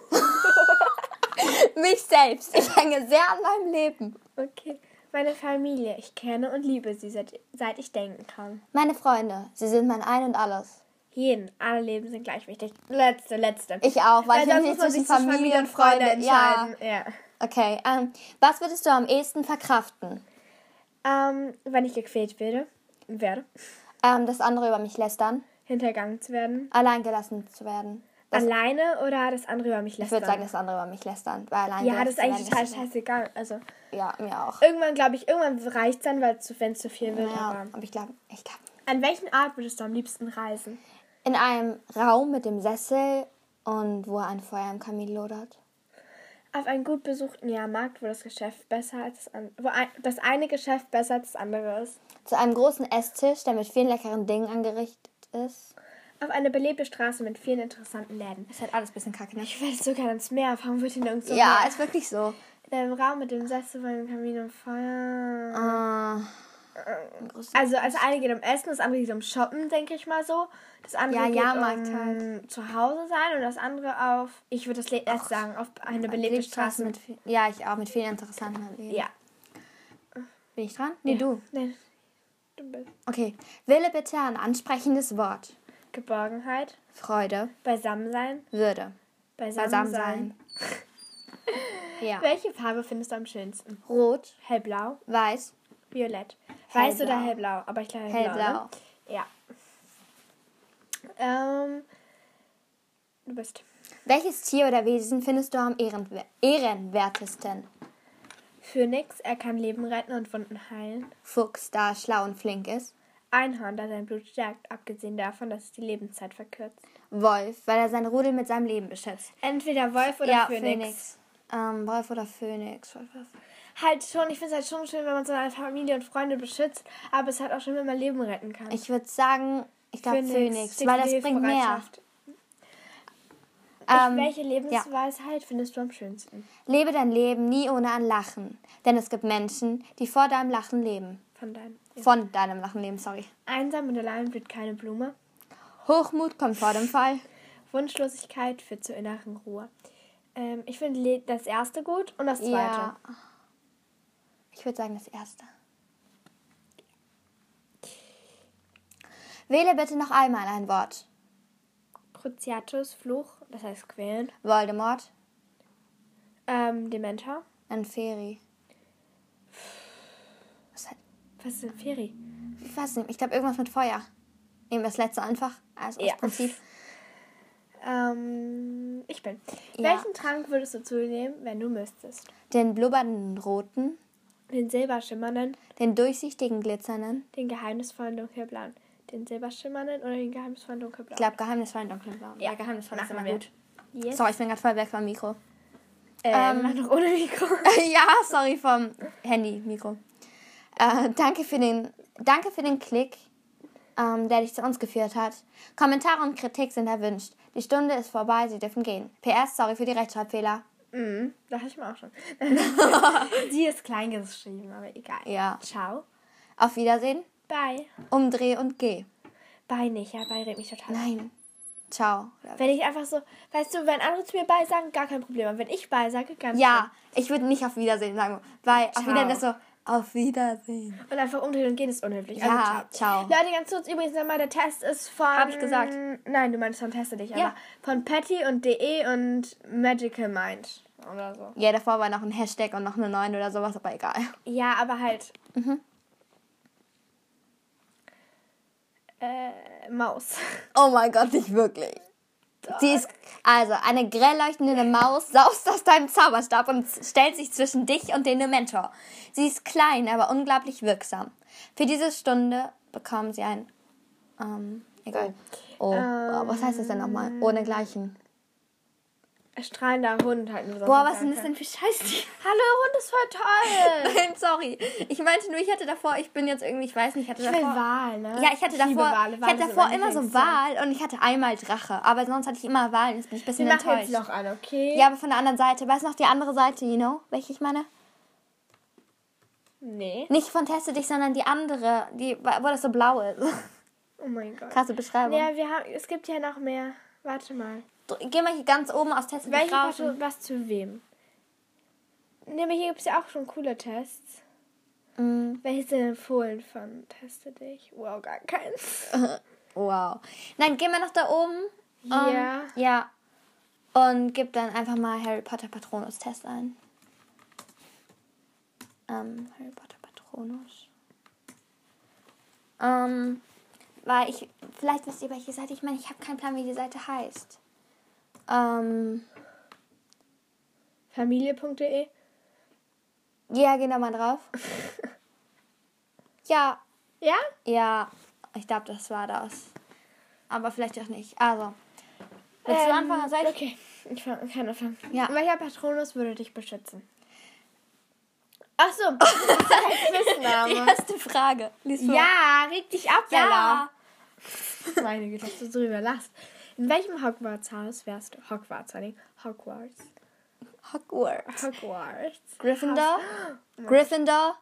Mich selbst. Ich hänge sehr an meinem Leben. Okay. Meine Familie. Ich kenne und liebe sie, seit ich denken kann. Meine Freunde. Sie sind mein Ein und Alles. Jeden. Alle Leben sind gleich wichtig. Letzte. Ich auch, weil ich mich nicht zwischen Familie und Freunde entscheiden. Ja. Okay. Was würdest du am ehesten verkraften? Wenn ich gequält werde. Das andere über mich lästern. Hintergangen zu werden. Allein gelassen zu werden. Alleine oder das andere über mich lästern? Ich würde sagen, das andere über mich lästern. Weil allein das ist eigentlich total scheißegal. Also, ja, mir auch. Irgendwann reicht es dann, wenn es zu viel wird. Ja, aber ich glaube. An welchen Ort würdest du am liebsten reisen? In einem Raum mit dem Sessel und wo ein Feuer im Kamin lodert. Auf einen gut besuchten Jahrmarkt, wo das Geschäft besser als das eine Geschäft besser als das andere ist. Zu einem großen Esstisch, der mit vielen leckeren Dingen angerichtet ist. Auf eine belebte Straße mit vielen interessanten Läden. Ist halt alles ein bisschen kacke, ne? Ich will sogar ans Meer fahren, wird in irgend so Ja, ist wirklich so. in einem Raum mit dem Sessel, beim Kamin und Feuer. Groß- Also eine geht um Essen, das andere geht um Shoppen, denke ich mal so. Das andere geht Jahrmarkt um halt. zu Hause sein und das andere auf, ich würde das erst sagen, auf eine belebte Straße. mit ja, ich auch, mit vielen interessanten Läden. Ja. Bin ich dran? Nee, du. Nee, du bist. Okay. Wähle bitte ein ansprechendes Wort. Geborgenheit, Freude, Beisammensein, Würde, Beisammensein. Ja. Welche Farbe findest du am schönsten? Rot, Hellblau, Weiß, Violett. Weiß Hellblau. oder hellblau? Aber ich glaube hellblau. Hellblau. Ne? Ja. Du bist. Welches Tier oder Wesen findest du am ehrenwertesten? Phönix, er kann Leben retten und Wunden heilen. Fuchs, da er schlau und flink ist. Einhorn, da sein Blut stärkt, abgesehen davon, dass es die Lebenszeit verkürzt. Wolf, weil er sein Rudel mit seinem Leben beschützt. Entweder Wolf oder Phönix. Phönix. Wolf oder Phönix. Halt schon, ich finde es halt schon schön, wenn man seine Familie und Freunde beschützt, aber es ist halt auch schön, wenn man Leben retten kann. Ich würde sagen, ich glaube Phönix, steht weil für das bringt mehr. Hilfsbereitschaft. Welche Lebensweisheit findest du am schönsten? Lebe dein Leben nie ohne ein Lachen, denn es gibt Menschen, die vor deinem Lachen leben. Von deinem Lachen leben, sorry. Einsam und allein blüht keine Blume. Hochmut kommt vor dem Fall. Wunschlosigkeit führt zur inneren Ruhe. Ich finde das erste gut und das zweite. Ja. Ich würde sagen das erste. Wähle bitte noch einmal ein Wort. Cruciatus, Fluch, das heißt quälen. Voldemort, Dementor. Feri. Was ist denn Feri? Ich weiß nicht, ich glaube irgendwas mit Feuer. Nehmen wir das letzte einfach. Also Ja. das Prinzip. Ich bin. Ja. Welchen Trank würdest du zu dir nehmen, wenn du müsstest? Den blubbernden roten, Den silberschimmernden, den durchsichtigen glitzernden. den geheimnisvollen dunkelblauen. Den silberschimmernden oder den geheimnisvollen Ich dunkelblauen? glaube geheimnisvollen dunkelblau. Ja, geheimnisvollen ist machen immer wir. gut. Yes. Sorry, ich bin gerade voll weg vom Mikro. Mach noch ohne Mikro. Ja, sorry, vom Handy-Mikro. Danke für den Klick, der dich zu uns geführt hat. Kommentare und Kritik sind erwünscht. Die Stunde ist vorbei, Sie dürfen gehen. PS, sorry für die Rechtschreibfehler. Das hatte ich mir auch schon. Sie ist klein geschrieben, aber egal. Ja. Ciao. Auf Wiedersehen. Bye. Umdreh und geh. Bye nicht, ja, bye regt mich total auf. Nein. Ciao. Wenn ich einfach so, weißt du, wenn andere zu mir bye sagen, gar kein Problem. Aber wenn ich bye sage, ganz Ja, ich würde nicht auf Wiedersehen sagen, weil auf Ciao. Wiedersehen ist so, auf Wiedersehen. Und einfach umdrehen und gehen ist unhöflich. Ja, ciao. Leute, ganz kurz, übrigens nochmal, der Test ist von... Hab ich gesagt. Nein, du meinst von Teste dich, Ja. aber von Patty und DE und Magical Mind oder so. Ja, davor war noch ein Hashtag und noch eine 9 oder sowas, aber egal. Ja, aber halt... Maus. Oh mein Gott, nicht wirklich. Sie ist, also, eine grell leuchtende Maus saust aus deinem Zauberstab und stellt sich zwischen dich und den Dementor. Sie ist klein, aber unglaublich wirksam. Für diese Stunde bekommen sie ein, egal. Oh, was heißt das denn nochmal? Ohne Gleichen. Strahlender Hund halt. Boah, was sind das denn für Scheiße? Hallo, Hund ist voll toll. Nein, sorry. Ich meinte nur, ich hatte davor, ich bin jetzt irgendwie, ich weiß nicht, ich hatte Ich will davor... Wal, ne? Ja, ich hatte liebe davor, Wale. ich Wale hatte sind davor mein immer so Lieblingstier. Wal und ich hatte einmal Drache. Aber sonst hatte ich immer Wal. Jetzt bin ich ein bisschen Wir machen jetzt enttäuscht. noch an, okay? Ja, aber von der anderen Seite. Weißt du noch die andere Seite, you know? Welche ich meine? Nee. Nicht von Teste dich, sondern die andere, wo das so blau ist. Oh mein Gott. Krasse Beschreibung. Ja, es gibt ja noch mehr. Warte mal. Geh mal hier ganz oben aus Teste dich Welche raus. was zu wem? Nee, aber hier gibt es ja auch schon coole Tests. Welche sind empfohlen von Teste dich? Wow, gar keins. Wow. Nein, geh mal nach da oben. Ja. Ja. Und gib dann einfach mal Harry Potter Patronus Test ein. Harry Potter Patronus. Weil vielleicht wisst ihr, welche Seite ich meine. Ich habe keinen Plan, wie die Seite heißt. Familie.de. Ja, geh da mal drauf. Ja. Ja? Ja, ich glaube, das war das. Aber vielleicht auch nicht. Also, willst du anfangen? Soll ich? Okay, ich kann anfangen. Ja. Welcher Patronus würde dich beschützen? Ach so, das ist ein Die Quizenname. erste Frage. Lies vor. Ja, reg dich ab, Bella. Ja. Meine Güte, dass du so überlachst. In welchem Hogwarts-Haus wärst du? Hogwarts. Gryffindor. Gryffindor.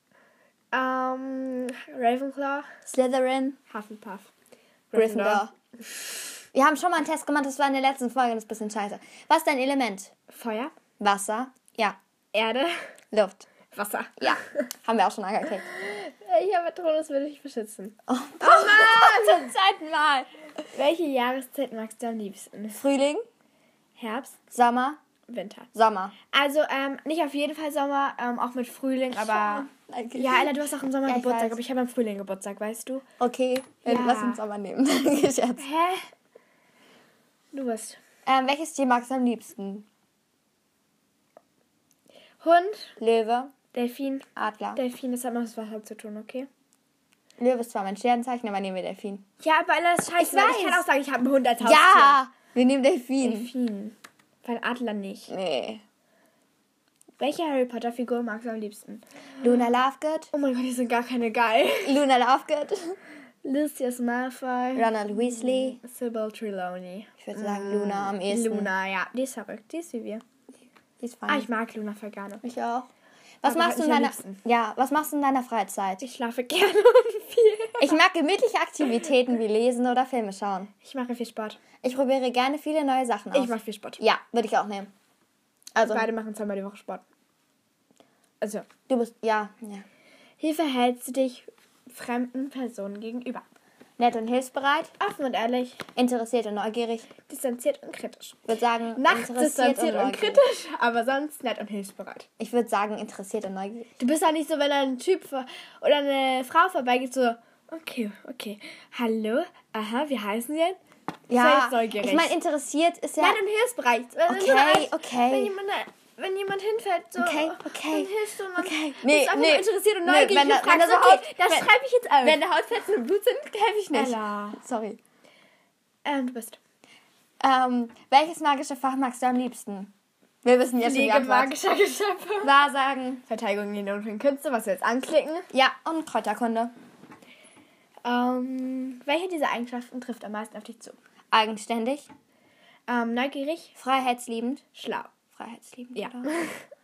Ravenclaw. Slytherin. Hufflepuff. Gryffindor. Wir haben schon mal einen Test gemacht, das war in der letzten Folge, das ist ein bisschen scheiße. Was ist dein Element? Feuer. Wasser. Ja. Erde. Luft. Wasser. Ja. Haben wir auch schon angekriegt. Ich habe Patronus, würde ich beschützen. Oh Mann! Zum zweiten Mal. Welche Jahreszeit magst du am liebsten? Frühling. Herbst. Sommer. Winter. Sommer. Also, nicht auf jeden Fall Sommer, auch mit Frühling, aber... Ja, Ella, du hast auch im Sommer Geburtstag, aber ich habe im Frühling Geburtstag, weißt du? Okay, lass uns Sommer nehmen. Scherz. Hä? Du bist. Welches Tier magst du am liebsten? Hund. Löwe. Delfin. Adler. Delfin, das hat noch was Wasser zu tun, okay? Löwe ist zwar mein Sternzeichen, aber nehmen wir Delfin. Ja, aber Ella, das ist scheiße. Ich kann auch sagen, ich habe einen Hund als Haustier. Ja, wir nehmen Delfin. Delfin. Weil Adler nicht. Nee. Welche Harry Potter Figur magst du am liebsten? Luna Lovegood. Oh mein Gott, die sind gar keine geil. Luna Lovegood. Lucius Malfoy. Ronald Weasley. Sybil Trelawney. Ich würde sagen Luna am ehesten. Luna, ja. Die ist verrückt. Die ist wie wir. Die ist fein. Ich mag Luna voll gerne. Ich auch. Was Aber machst du was machst du in deiner Freizeit? Ich schlafe gerne und viel. Ich mag gemütliche Aktivitäten wie Lesen oder Filme schauen. Ich mache viel Sport. Ich probiere gerne viele neue Sachen aus. Ich mache viel Sport. Ja, würde ich auch nehmen. Also, beide machen zweimal die Woche Sport. Also. Du bist, ja. Wie verhältst du dich fremden Personen gegenüber? Nett und hilfsbereit. Offen und ehrlich. Interessiert und neugierig. Distanziert und kritisch. Ich würde sagen, Nachts distanziert und kritisch, aber sonst nett und hilfsbereit. Ich würde sagen, interessiert und neugierig. Du bist auch nicht so, wenn ein Typ oder eine Frau vorbeigeht, so, okay. Hallo, aha, wie heißen Sie denn? Ja, neugierig. Ich meine, interessiert ist ja... Nett und hilfsbereit. Okay. Wenn jemand hinfällt, so, okay. dann hilfst du und dann bist einfach nur interessiert und neugierig. Wenn da so das schreibe ich jetzt auf. Wenn da Hautfetzen und Blut sind, helfe ich nicht. Ella. Sorry. Du bist. Welches magische Fach magst du am liebsten? Wir wissen jetzt schon die Antwort. Magischer Geschöpfe. Wahrsagen. Verteidigung gegen die dunklen Künste, was wir jetzt anklicken. Ja, und Kräuterkunde. Welche dieser Eigenschaften trifft am meisten auf dich zu? Eigenständig. Neugierig. Freiheitsliebend. Schlau. Freiheitsliebend, ja. Oder?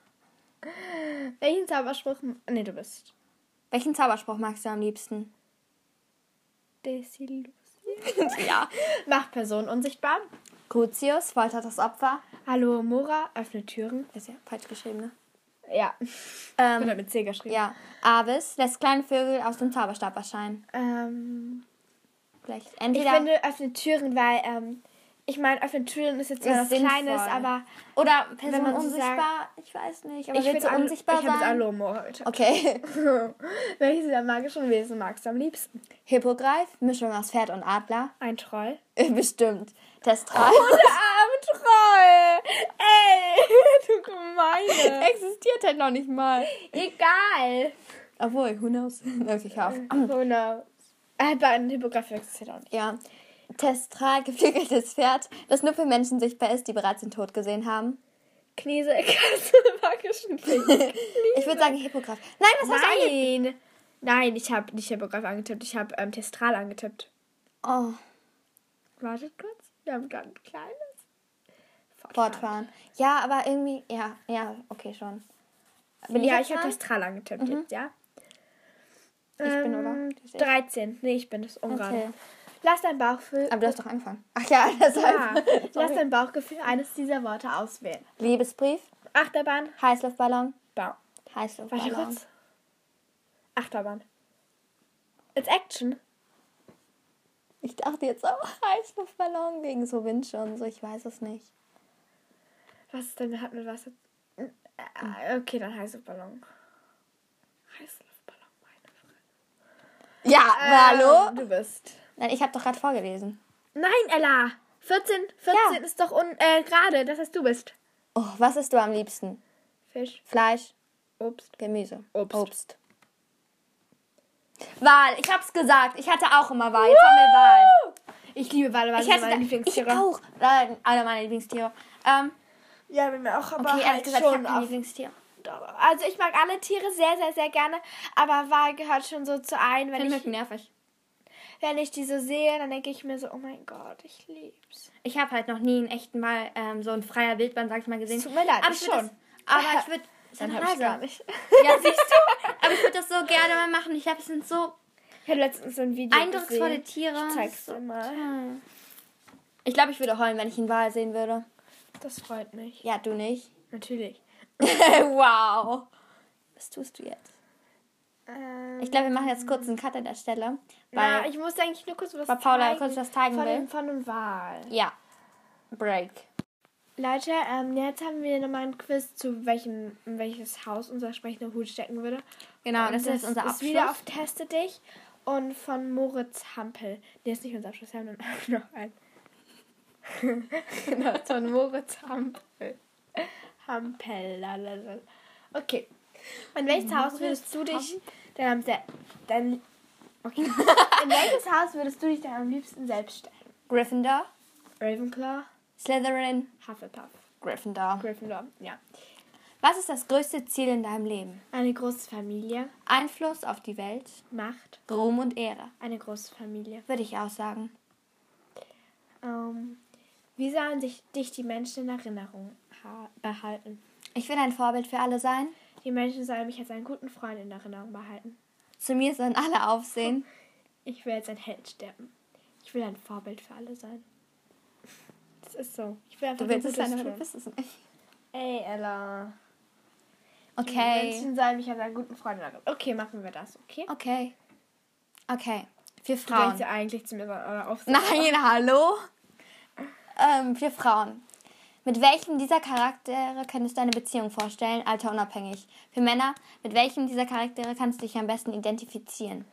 Welchen Zauberspruch... Nee, du bist. Welchen Zauberspruch magst du am liebsten? Desillusion. Ja. Macht Person unsichtbar. Crucius foltert das Opfer. Hallo Mora, öffnet Türen. Das ist ja falsch geschrieben, ne? Ja. Oder mit C geschrieben. Ja. Avis lässt kleine Vögel aus dem Zauberstab erscheinen. Vielleicht entweder... Ich finde, öffnet Türen, weil... ich meine, öffnet Türen ist jetzt was Kleines, aber... Oder Person unsichtbar, ich weiß nicht. Aber willst du unsichtbar sein? Ich habe jetzt Hallo Mora. Okay. Welches der magischen Wesen magst du am liebsten? Hippogreif, Mischung aus Pferd und Adler. Ein Troll. Bestimmt. Testral. Oh, der arme Troll. Ey, du Gemeine. Existiert halt noch nicht mal. Egal. Obwohl, who knows? Okay, ich hoffe. Who knows? Bei einem Hippogreif existiert auch nicht. Ja. Testral, geflügeltes Pferd, das nur für Menschen sichtbar ist, die bereits den Tod gesehen haben. Knese, magischen Fink. Ich würde sagen Hippogreif. Nein, was hast du eingetippt? Nein, ich habe nicht Hippogreif angetippt, ich habe Testral angetippt. Oh. Wartet kurz, wir haben gerade ein kleines Fortfahren. Ja, aber irgendwie, ja, okay, schon. Ich habe Testral angetippt jetzt, ja? Ich bin, oder? 13. Nee, ich bin das ungerade. Okay. Lass dein Bauchgefühl... Aber du hast doch angefangen. Ach ja, deshalb. Ja. Lass dein Bauchgefühl eines dieser Worte auswählen. Liebesbrief. Achterbahn. Heißluftballon. Bau. Heißluftballon. Warte kurz. Achterbahn. It's Action. Ich dachte jetzt auch Heißluftballon wegen so Wind und so. Ich weiß es nicht. Was ist denn, hat mit was... Okay, dann Heißluftballon. Heißluftballon, meine Fresse. Ja, hallo? Du bist... Nein, ich habe doch gerade vorgelesen. Nein, Ella. 14 ist doch gerade, das heißt, du bist. Oh, was isst du am liebsten? Fisch. Fleisch. Obst. Gemüse. Obst. Wahl. Ich hab's gesagt. Ich hatte auch immer Wahl. Jetzt haben wir Wahl. Ich liebe Wale, weil ich meine Lieblingstiere. Ich auch. Alle meine Lieblingstiere. Ja, bei mir auch, aber okay, halt gesagt, schon ich hab kein Lieblingstier. Also ich mag alle Tiere sehr, sehr, sehr gerne, aber Wal gehört schon so zu ein, wenn ich... Finde nervig. wenn ich die so sehe, dann denke ich mir so, oh mein Gott, ich lieb's. Ich habe halt noch nie in echt mal so ein freier Wildbahn, sag ich mal, gesehen. Tut mir leid, aber ich schon. Aber ich würde... Dann hab ich gar nicht. Ja, siehst du? Aber ich würde das so gerne mal machen. Ich glaube, es sind so Ich habe letztens so ein Video eindrucksvolle gesehen. Tiere. Ich zeig's dir mal. Ich glaube, ich würde heulen, wenn ich einen Wal sehen würde. Das freut mich. Ja, du nicht? Natürlich. Wow. Was tust du jetzt? Ich Ich glaube, wir machen jetzt kurz einen Cut an der Stelle. Weil ich muss eigentlich nur kurz was weil Paula zeigen. kurz was zeigen will. Von dem Wal. Ja. Break. Leute, jetzt haben wir nochmal ein Quiz zu in welches Haus unser sprechender Hut stecken würde. Genau, Und das ist unser Abschluss. Ist wieder auf Teste dich und von Moritz Hampel. Der ist nicht unser Abschluss, wir haben dann noch einen. Genau, von Moritz Hampel. Hampel. Okay. In welches Haus würdest du dich In welches Haus würdest du dich dann am liebsten selbst stellen? Gryffindor. Ravenclaw. Slytherin. Hufflepuff. Gryffindor. Gryffindor, ja. Was ist das größte Ziel in deinem Leben? Eine große Familie. Einfluss auf die Welt. Macht. Ruhm und Ehre. Eine große Familie. Würde ich auch sagen. Wie sollen dich die Menschen in Erinnerung behalten? Ich will ein Vorbild für alle sein. Die Menschen sollen mich als einen guten Freund in Erinnerung behalten. Zu mir sollen alle aufsehen. Ich will als ein Held sterben. Ich will ein Vorbild für alle sein. Das ist so. Ich will einfach Du willst nur es sein, Gutes aber du tun. bist es nicht. Ey, Ella. Die Okay. Menschen sollen mich als einen guten Freund in Erinnerung. Okay, machen wir das, okay? Okay. 4 Du Frauen. denkst ja eigentlich zu mir oder aufsehen. Nein, hallo? 4 Frauen. Mit welchem dieser Charaktere könntest du eine Beziehung vorstellen, alterunabhängig? Für Männer, mit welchem dieser Charaktere kannst du dich am besten identifizieren?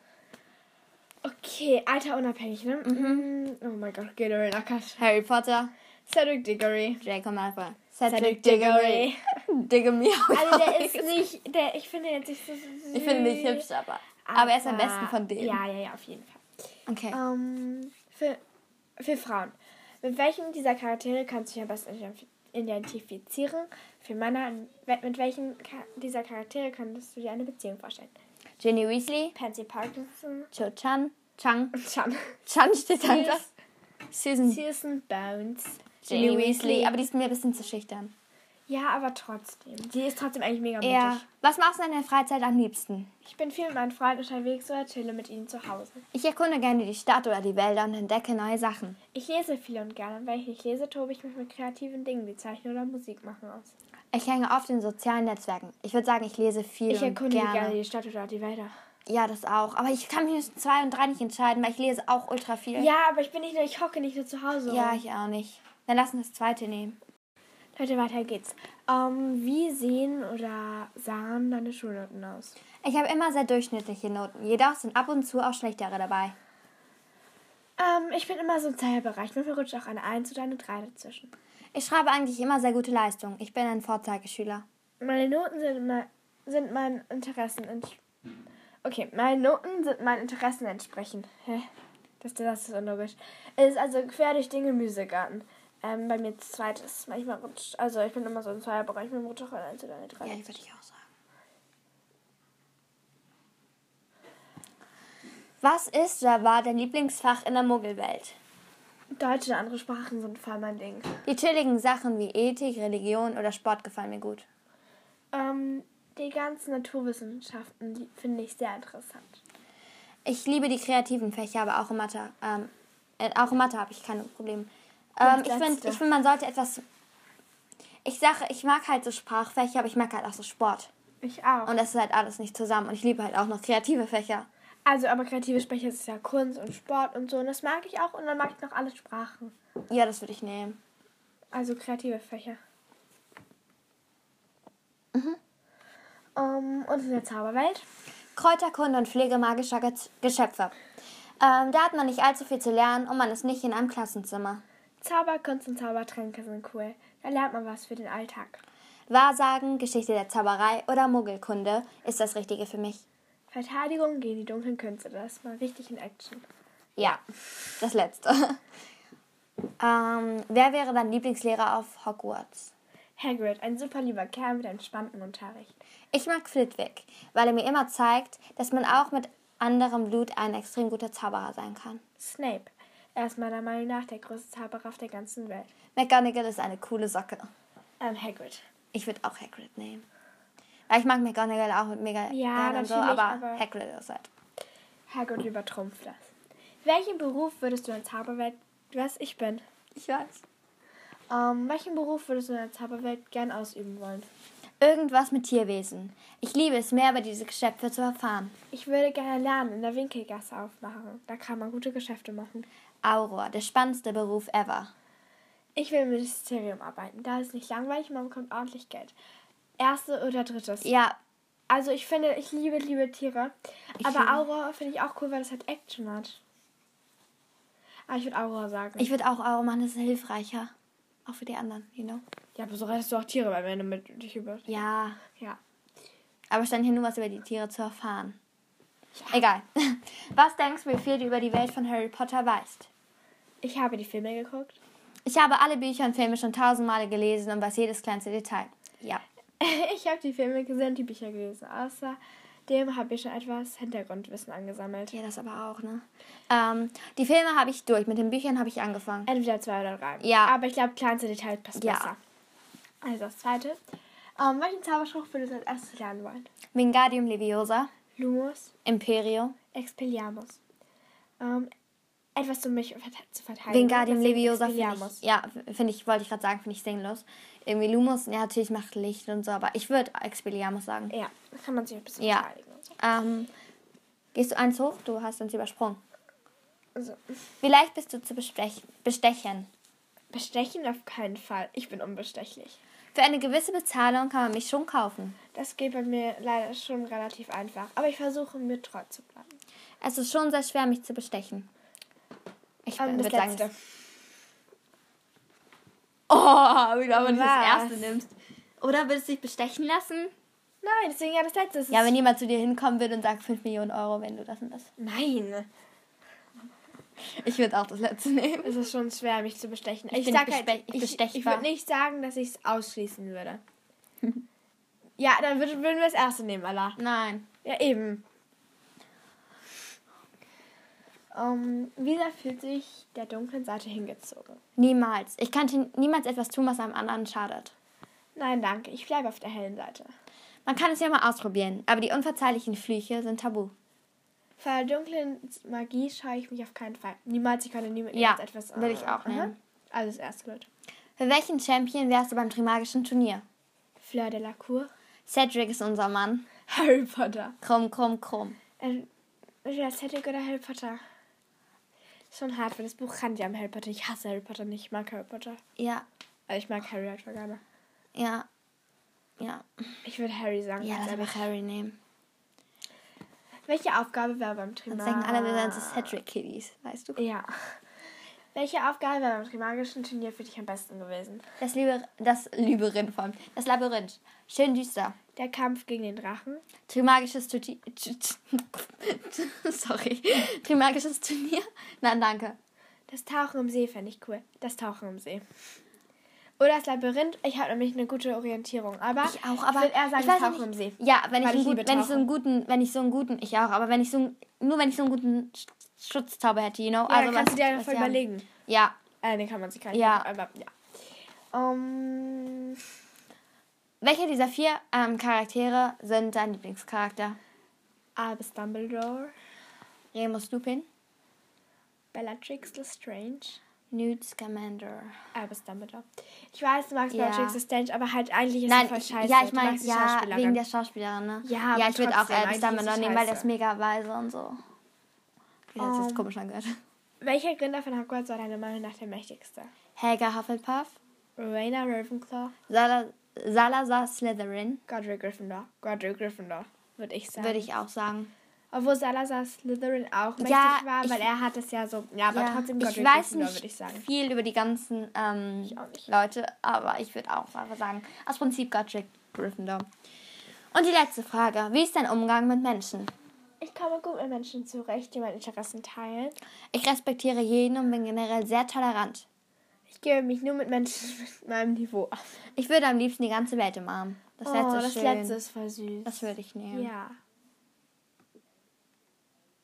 Okay, alterunabhängig, ne? Oh mein Gott, Gilderoy Lockhart. Harry Potter, Cedric Diggory. Draco Malfoy, Cedric Diggory. Diggory. Also der ist nicht, ich finde jetzt nicht so süß. Ich finde nicht hübsch, aber er ist am besten von denen. Ja, auf jeden Fall. Okay. Für Frauen. Mit welchem dieser Charaktere kannst du dich am besten identifizieren? Für Männer, mit welchem dieser Charaktere könntest du dir eine Beziehung vorstellen? Ginny Weasley, Pansy Parkinson. Cho Chang. Chan Steht einfach. Susan Bones. Ginny Weasley, aber die ist mir ein bisschen zu schüchtern. Ja, aber trotzdem. Die ist trotzdem eigentlich mega mutig. Ja. Was machst du in der Freizeit am liebsten? Ich bin viel mit meinen Freunden unterwegs oder chille mit ihnen zu Hause. Ich erkunde gerne die Stadt oder die Wälder und entdecke neue Sachen. Ich lese viel und gerne. Wenn ich nicht lese, tobe ich mich mit kreativen Dingen wie Zeichnen oder Musik machen aus. Ich hänge oft in sozialen Netzwerken. Ich würde sagen, ich lese viel Ich und erkunde gerne. gerne die Stadt oder die Wälder. Ja, das auch. Aber ich kann mich zwischen 2 und 3 nicht entscheiden, weil ich lese auch ultra viel. Ja, aber ich hocke nicht nur zu Hause. Ja, ich auch nicht. Dann lass uns das 2. nehmen. Leute, weiter geht's. Wie sahen deine Schulnoten aus? Ich habe immer sehr durchschnittliche Noten. Jedoch sind ab und zu auch schlechtere dabei. Ich bin immer so im Zweierbereich. Manchmal rutscht auch eine 1 oder eine 3 dazwischen. Ich schreibe eigentlich immer sehr gute Leistungen. Ich bin ein Vorzeigeschüler. Meine Noten sind meinen Interessen meine Noten sind meinen Interessen entsprechend. Hä? Das ist unlogisch. Es ist also quer durch den Gemüsegarten. Bei mir zweites. Manchmal rutscht. Also ich bin immer so im Zweierbereich. Manchmal rutscht auch eine 1 oder eine 3. Ja, würde ich auch sagen. Was ist oder war dein Lieblingsfach in der Muggelwelt? Deutsch und andere Sprachen sind voll mein Ding. Die chilligen Sachen wie Ethik, Religion oder Sport gefallen mir gut. Die ganzen Naturwissenschaften, die finde ich sehr interessant. Ich liebe die kreativen Fächer, aber auch in Mathe. Auch in Mathe habe ich keine Probleme. Ich finde, man sollte etwas... Ich mag halt so Sprachfächer, aber ich mag halt auch so Sport. Ich auch. Und das ist halt alles nicht zusammen. Und ich liebe halt auch noch kreative Fächer. Also, aber kreative Fächer ist ja Kunst und Sport und so. Und das mag ich auch. Und dann mag ich noch alle Sprachen. Ja, das würde ich nehmen. Also kreative Fächer. Und in der Zauberwelt? Kräuterkunde und Pflege magischer Geschöpfe. Da hat man nicht allzu viel zu lernen und man ist nicht in einem Klassenzimmer. Zauberkunst und Zaubertränke sind cool. Da lernt man was für den Alltag. Wahrsagen, Geschichte der Zauberei oder Muggelkunde ist das Richtige für mich. Verteidigung gegen die dunklen Künste. Das ist mal richtig in Action. Ja, das Letzte. Wer wäre dein Lieblingslehrer auf Hogwarts? Hagrid, ein super lieber Kerl mit entspanntem Unterricht. Ich mag Flitwick, weil er mir immer zeigt, dass man auch mit anderem Blut ein extrem guter Zauberer sein kann? Snape. Er ist meiner Meinung nach der größte Zauberer auf der ganzen Welt. McGonagall ist eine coole Socke. Hagrid. Ich würde auch Hagrid nehmen. Weil ich mag McGonagall auch mega gerne und so, aber Hagrid ist halt. Hagrid übertrumpft das. Welchen Beruf würdest du in der Zauberwelt... Was? Ich bin. Ich weiß. Welchen Beruf würdest du in der Zauberwelt gern ausüben wollen? Irgendwas mit Tierwesen. Ich liebe es, mehr über diese Geschöpfe zu erfahren. Ich würde gerne lernen, in der Winkelgasse aufmachen. Da kann man gute Geschäfte machen. Auror, der spannendste Beruf ever. Ich will im Ministerium arbeiten. Da ist nicht langweilig, man bekommt ordentlich Geld. Erste oder drittes? Ja. Also ich finde, ich liebe Tiere. Aber Auror finde ich auch cool, weil es halt Action hat. Aber ich würde Auror sagen. Ich würde auch Auror machen, das ist hilfreicher. Auch für die anderen, you know. Ja, aber so rettest du auch Tiere, weil wenn du mit dich über... Ja. Ja. Aber stand hier nur was über die Tiere zu erfahren. Ja. Egal. Was denkst du, wie viel du über die Welt von Harry Potter weißt? Ich habe die Filme geguckt. Ich habe alle Bücher und Filme schon 1000 Male gelesen und weiß jedes kleinste Detail. Ja. Ich habe die Filme gesehen und die Bücher gelesen. Außerdem habe ich schon etwas Hintergrundwissen angesammelt. Ja, das aber auch, ne? Die Filme habe ich durch. Mit den Büchern habe ich angefangen. Entweder 2 oder 3. Ja. Aber ich glaube, kleinste Details passt besser. Also das zweite. Welchen Zauberspruch würdest du als erstes lernen wollen? Wingardium Leviosa. Lumos. Imperio. Expelliarmus. Etwas, um mich zu verteidigen. Wingardium Leviosa finde ich, wollte ich gerade sagen, finde ich sinnlos. Irgendwie Lumos, ja, natürlich macht Licht und so, aber ich würde Expelliarmus sagen. Ja, da kann man sich ein bisschen verteidigen und so. Gehst du eins hoch? Du hast uns übersprungen. Also. Wie leicht bist du zu bestechen? Bestechen auf keinen Fall. Ich bin unbestechlich. Für eine gewisse Bezahlung kann man mich schon kaufen. Das geht bei mir leider schon relativ einfach. Aber ich versuche, mir treu zu bleiben. Es ist schon sehr schwer, mich zu bestechen. Ich würde sagen... wie du aber nicht das erste nimmst. Oder würdest du dich bestechen lassen? Nein, deswegen ja das letzte. Ja, wenn jemand zu dir hinkommen würde und sagt 5 Millionen Euro, wenn du das und das. Nein. Ich würde auch das letzte nehmen. Es ist schon schwer, mich zu bestechen. Ich würde nicht sagen, dass ich es ausschließen würde. Ja, dann würden wir das erste nehmen, Allah. Nein. Ja, eben. Wie sehr fühlt sich der dunklen Seite hingezogen? Niemals. Ich könnte niemals etwas tun, was einem anderen schadet. Nein, danke. Ich bleibe auf der hellen Seite. Man kann es ja mal ausprobieren, aber die unverzeihlichen Flüche sind tabu. Vor der dunklen Magie schaue ich mich auf keinen Fall. Niemals, ich kann niemals etwas... will ich auch nehmen. Also das erste Leute. Für welchen Champion wärst du beim Trimagischen Turnier? Fleur de la Cour. Cedric ist unser Mann. Harry Potter. Krumm. Entweder Cedric oder Harry Potter. Schon hart, weil das Buch kannte ja Harry Potter. Ich hasse Harry Potter nicht. Ich mag Harry Potter. Ja. Also ich mag Harry halt gerne. Ja. Ich würde Harry sagen. Ja, lass einfach Harry nehmen. Welche Aufgabe wäre beim Trimagischen... Dann sagen alle, wir sind so Cedric-Kiddies, weißt du? Ja. Welche Aufgabe wäre beim Trimagischen Turnier für dich am besten gewesen? Das Labyrinth vor allem. Das Labyrinth. Schön düster. Der Kampf gegen den Drachen. Trimagisches Turnier. Sorry. Trimagisches Turnier? Nein, danke. Das Tauchen im See fände ich cool. Das Tauchen im See. Oder das Labyrinth. Ich habe nämlich eine gute Orientierung. Aber ich auch, aber ich würde eher sagen, Tauchen im See. Ja, wenn ich so einen guten Schutzzauber hätte, you know. Ja, also kannst du dir voll überlegen. Ja. Den kann man sich gar nicht machen, aber ja. Welche dieser 4 Charaktere sind dein Lieblingscharakter? Albus Dumbledore. Remus Lupin. Bellatrix Lestrange. Newt Scamander. Albus Dumbledore. Ich weiß, du magst Bellatrix Lestrange, aber halt eigentlich ist sie voll scheiße. Ja, ich meine, wegen der Schauspielerin, ne? Ja, ich würde auch Albus Dumbledore nehmen, weil der ist mega weise und so. Wie hat sich das komisch angehört? Welcher Gründer von Hogwarts war deiner Meinung nach der mächtigste? Helga Hufflepuff. Rowena Ravenclaw. Salazar Slytherin. Godric Gryffindor, würde ich sagen. Würde ich auch sagen. Obwohl Salazar Slytherin auch mächtig war, weil er hat es ja so... Ja, aber trotzdem Godric Gryffindor, würde ich sagen. Ich weiß nicht viel über die ganzen Leute, aber ich würde auch einfach sagen, aus Prinzip Godric Gryffindor. Und die letzte Frage. Wie ist dein Umgang mit Menschen? Ich komme gut mit Menschen zurecht, die meine Interessen teilen. Ich respektiere jeden und bin generell sehr tolerant. Ich gebe mich nur mit Menschen mit meinem Niveau ab. Ich würde am liebsten die ganze Welt umarmen. Das letzte ist voll süß. Das würde ich nehmen. Ja.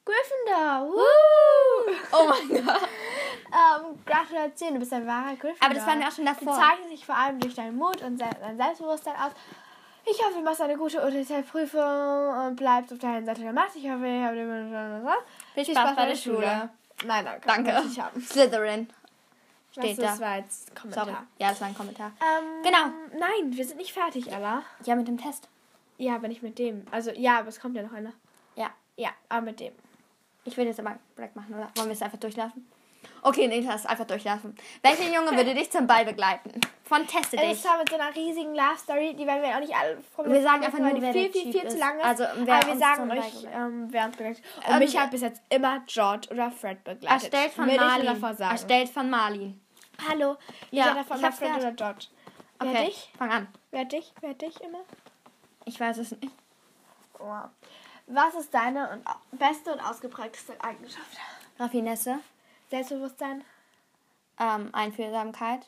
Gryffindor. Oh mein Gott. Gratulation, du bist ein wahrer Gryffindor. Aber das waren wir auch schon davor. Sie zeigen sich vor allem durch deinen Mut und dein Selbstbewusstsein aus. Ich hoffe, du machst eine gute Urteilsprüfung und bleibst auf deiner Seite der Macht. Ich hoffe, ihr habt Viel Spaß bei der Schule. Nein, danke. Danke. Slytherin. Steht da. Das war jetzt ein Kommentar. Sorry. Ja, das war ein Kommentar. Genau. Nein, wir sind nicht fertig, Ella. Ja, mit dem Test. Ja, aber nicht mit dem. Also, ja, aber es kommt ja noch einer. Ja. Ja, aber mit dem. Ich will jetzt aber Break machen, oder? Wollen wir es einfach durchlassen? Okay, nee, lass einfach durchlassen. Welcher Junge würde dich zum Ball begleiten? Von Teste dich. Das war mit so einer riesigen Love Story, die werden wir auch nicht alle Wir sagen einfach nur, wer viel zu lang ist. Also, aber wir sagen euch, wer uns begleitet. Und mich hat bis jetzt immer George oder Fred begleitet. Erstellt von Marlin. Erstellt von Marlin. Hallo. Ja, davon mal Fred oder George. Wer Okay, dich? fang an. Wer dich immer? Ich weiß es nicht. Oh. Was ist deine beste und ausgeprägteste Eigenschaft? Raffinesse. Selbstbewusstsein. Einfühlsamkeit.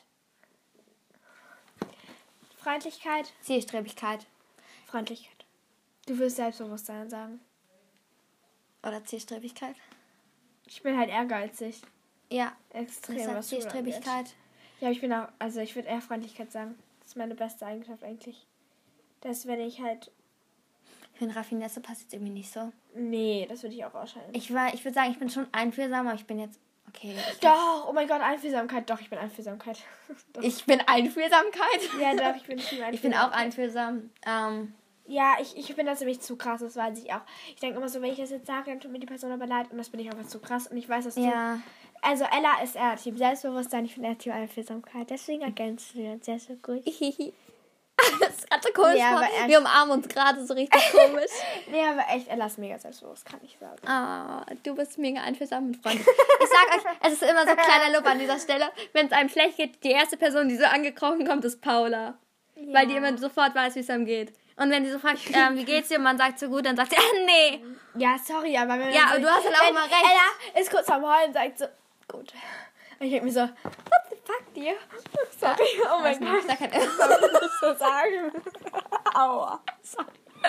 Freundlichkeit. Zielstrebigkeit. Freundlichkeit. Du willst Selbstbewusstsein sagen. Oder Zielstrebigkeit. Ich bin halt ehrgeizig. Ja. Extrem. Was Zielstrebigkeit. Ja, ich würde eher Freundlichkeit sagen. Das ist meine beste Eigenschaft eigentlich. Das, wenn ich halt... Ich finde, Raffinesse passt jetzt irgendwie nicht so. Nee, das würde ich auch ausschalten. Ich würde sagen, ich bin schon einfühlsam, aber ich bin jetzt... Okay. Doch, oh mein Gott, Einfühlsamkeit. Doch, ich bin Einfühlsamkeit. Ich bin Einfühlsamkeit? Ja, doch, ich bin Team Einfühlsamkeit. Ich bin auch einfühlsam. Ja, ich bin das nämlich zu krass, das weiß ich auch. Ich denke immer so, wenn ich das jetzt sage, dann tut mir die Person aber leid und das bin ich einfach zu krass und ich weiß, dass du... Also Ella ist eher Team Selbstbewusstsein, ich bin eher Team Einfühlsamkeit. Deswegen ergänzen wir uns sehr, sehr gut. Das ist gerade so komisch. Ja, aber wir umarmen uns gerade so richtig komisch. Nee, aber echt, Ella ist mega selbstbewusst, kann ich sagen. Du bist mega einfühlsam und freundlich. Ich sag euch, es ist immer so ein kleiner Lob an dieser Stelle. Wenn es einem schlecht geht, die erste Person, die so angekrochen kommt, ist Paula. Ja. Weil die immer sofort weiß, wie es einem geht. Und wenn die so fragt, wie geht's dir, und man sagt so gut, dann sagt sie, nee. Ja, sorry, aber wenn ja, und du hast dann auch mal recht. Ella ist kurz am Heulen und sagt so, gut. Und ich denke mir so, what the fuck, dir? Sorry, oh mein Gott. Da kann ich so sagen. Aua. Sorry.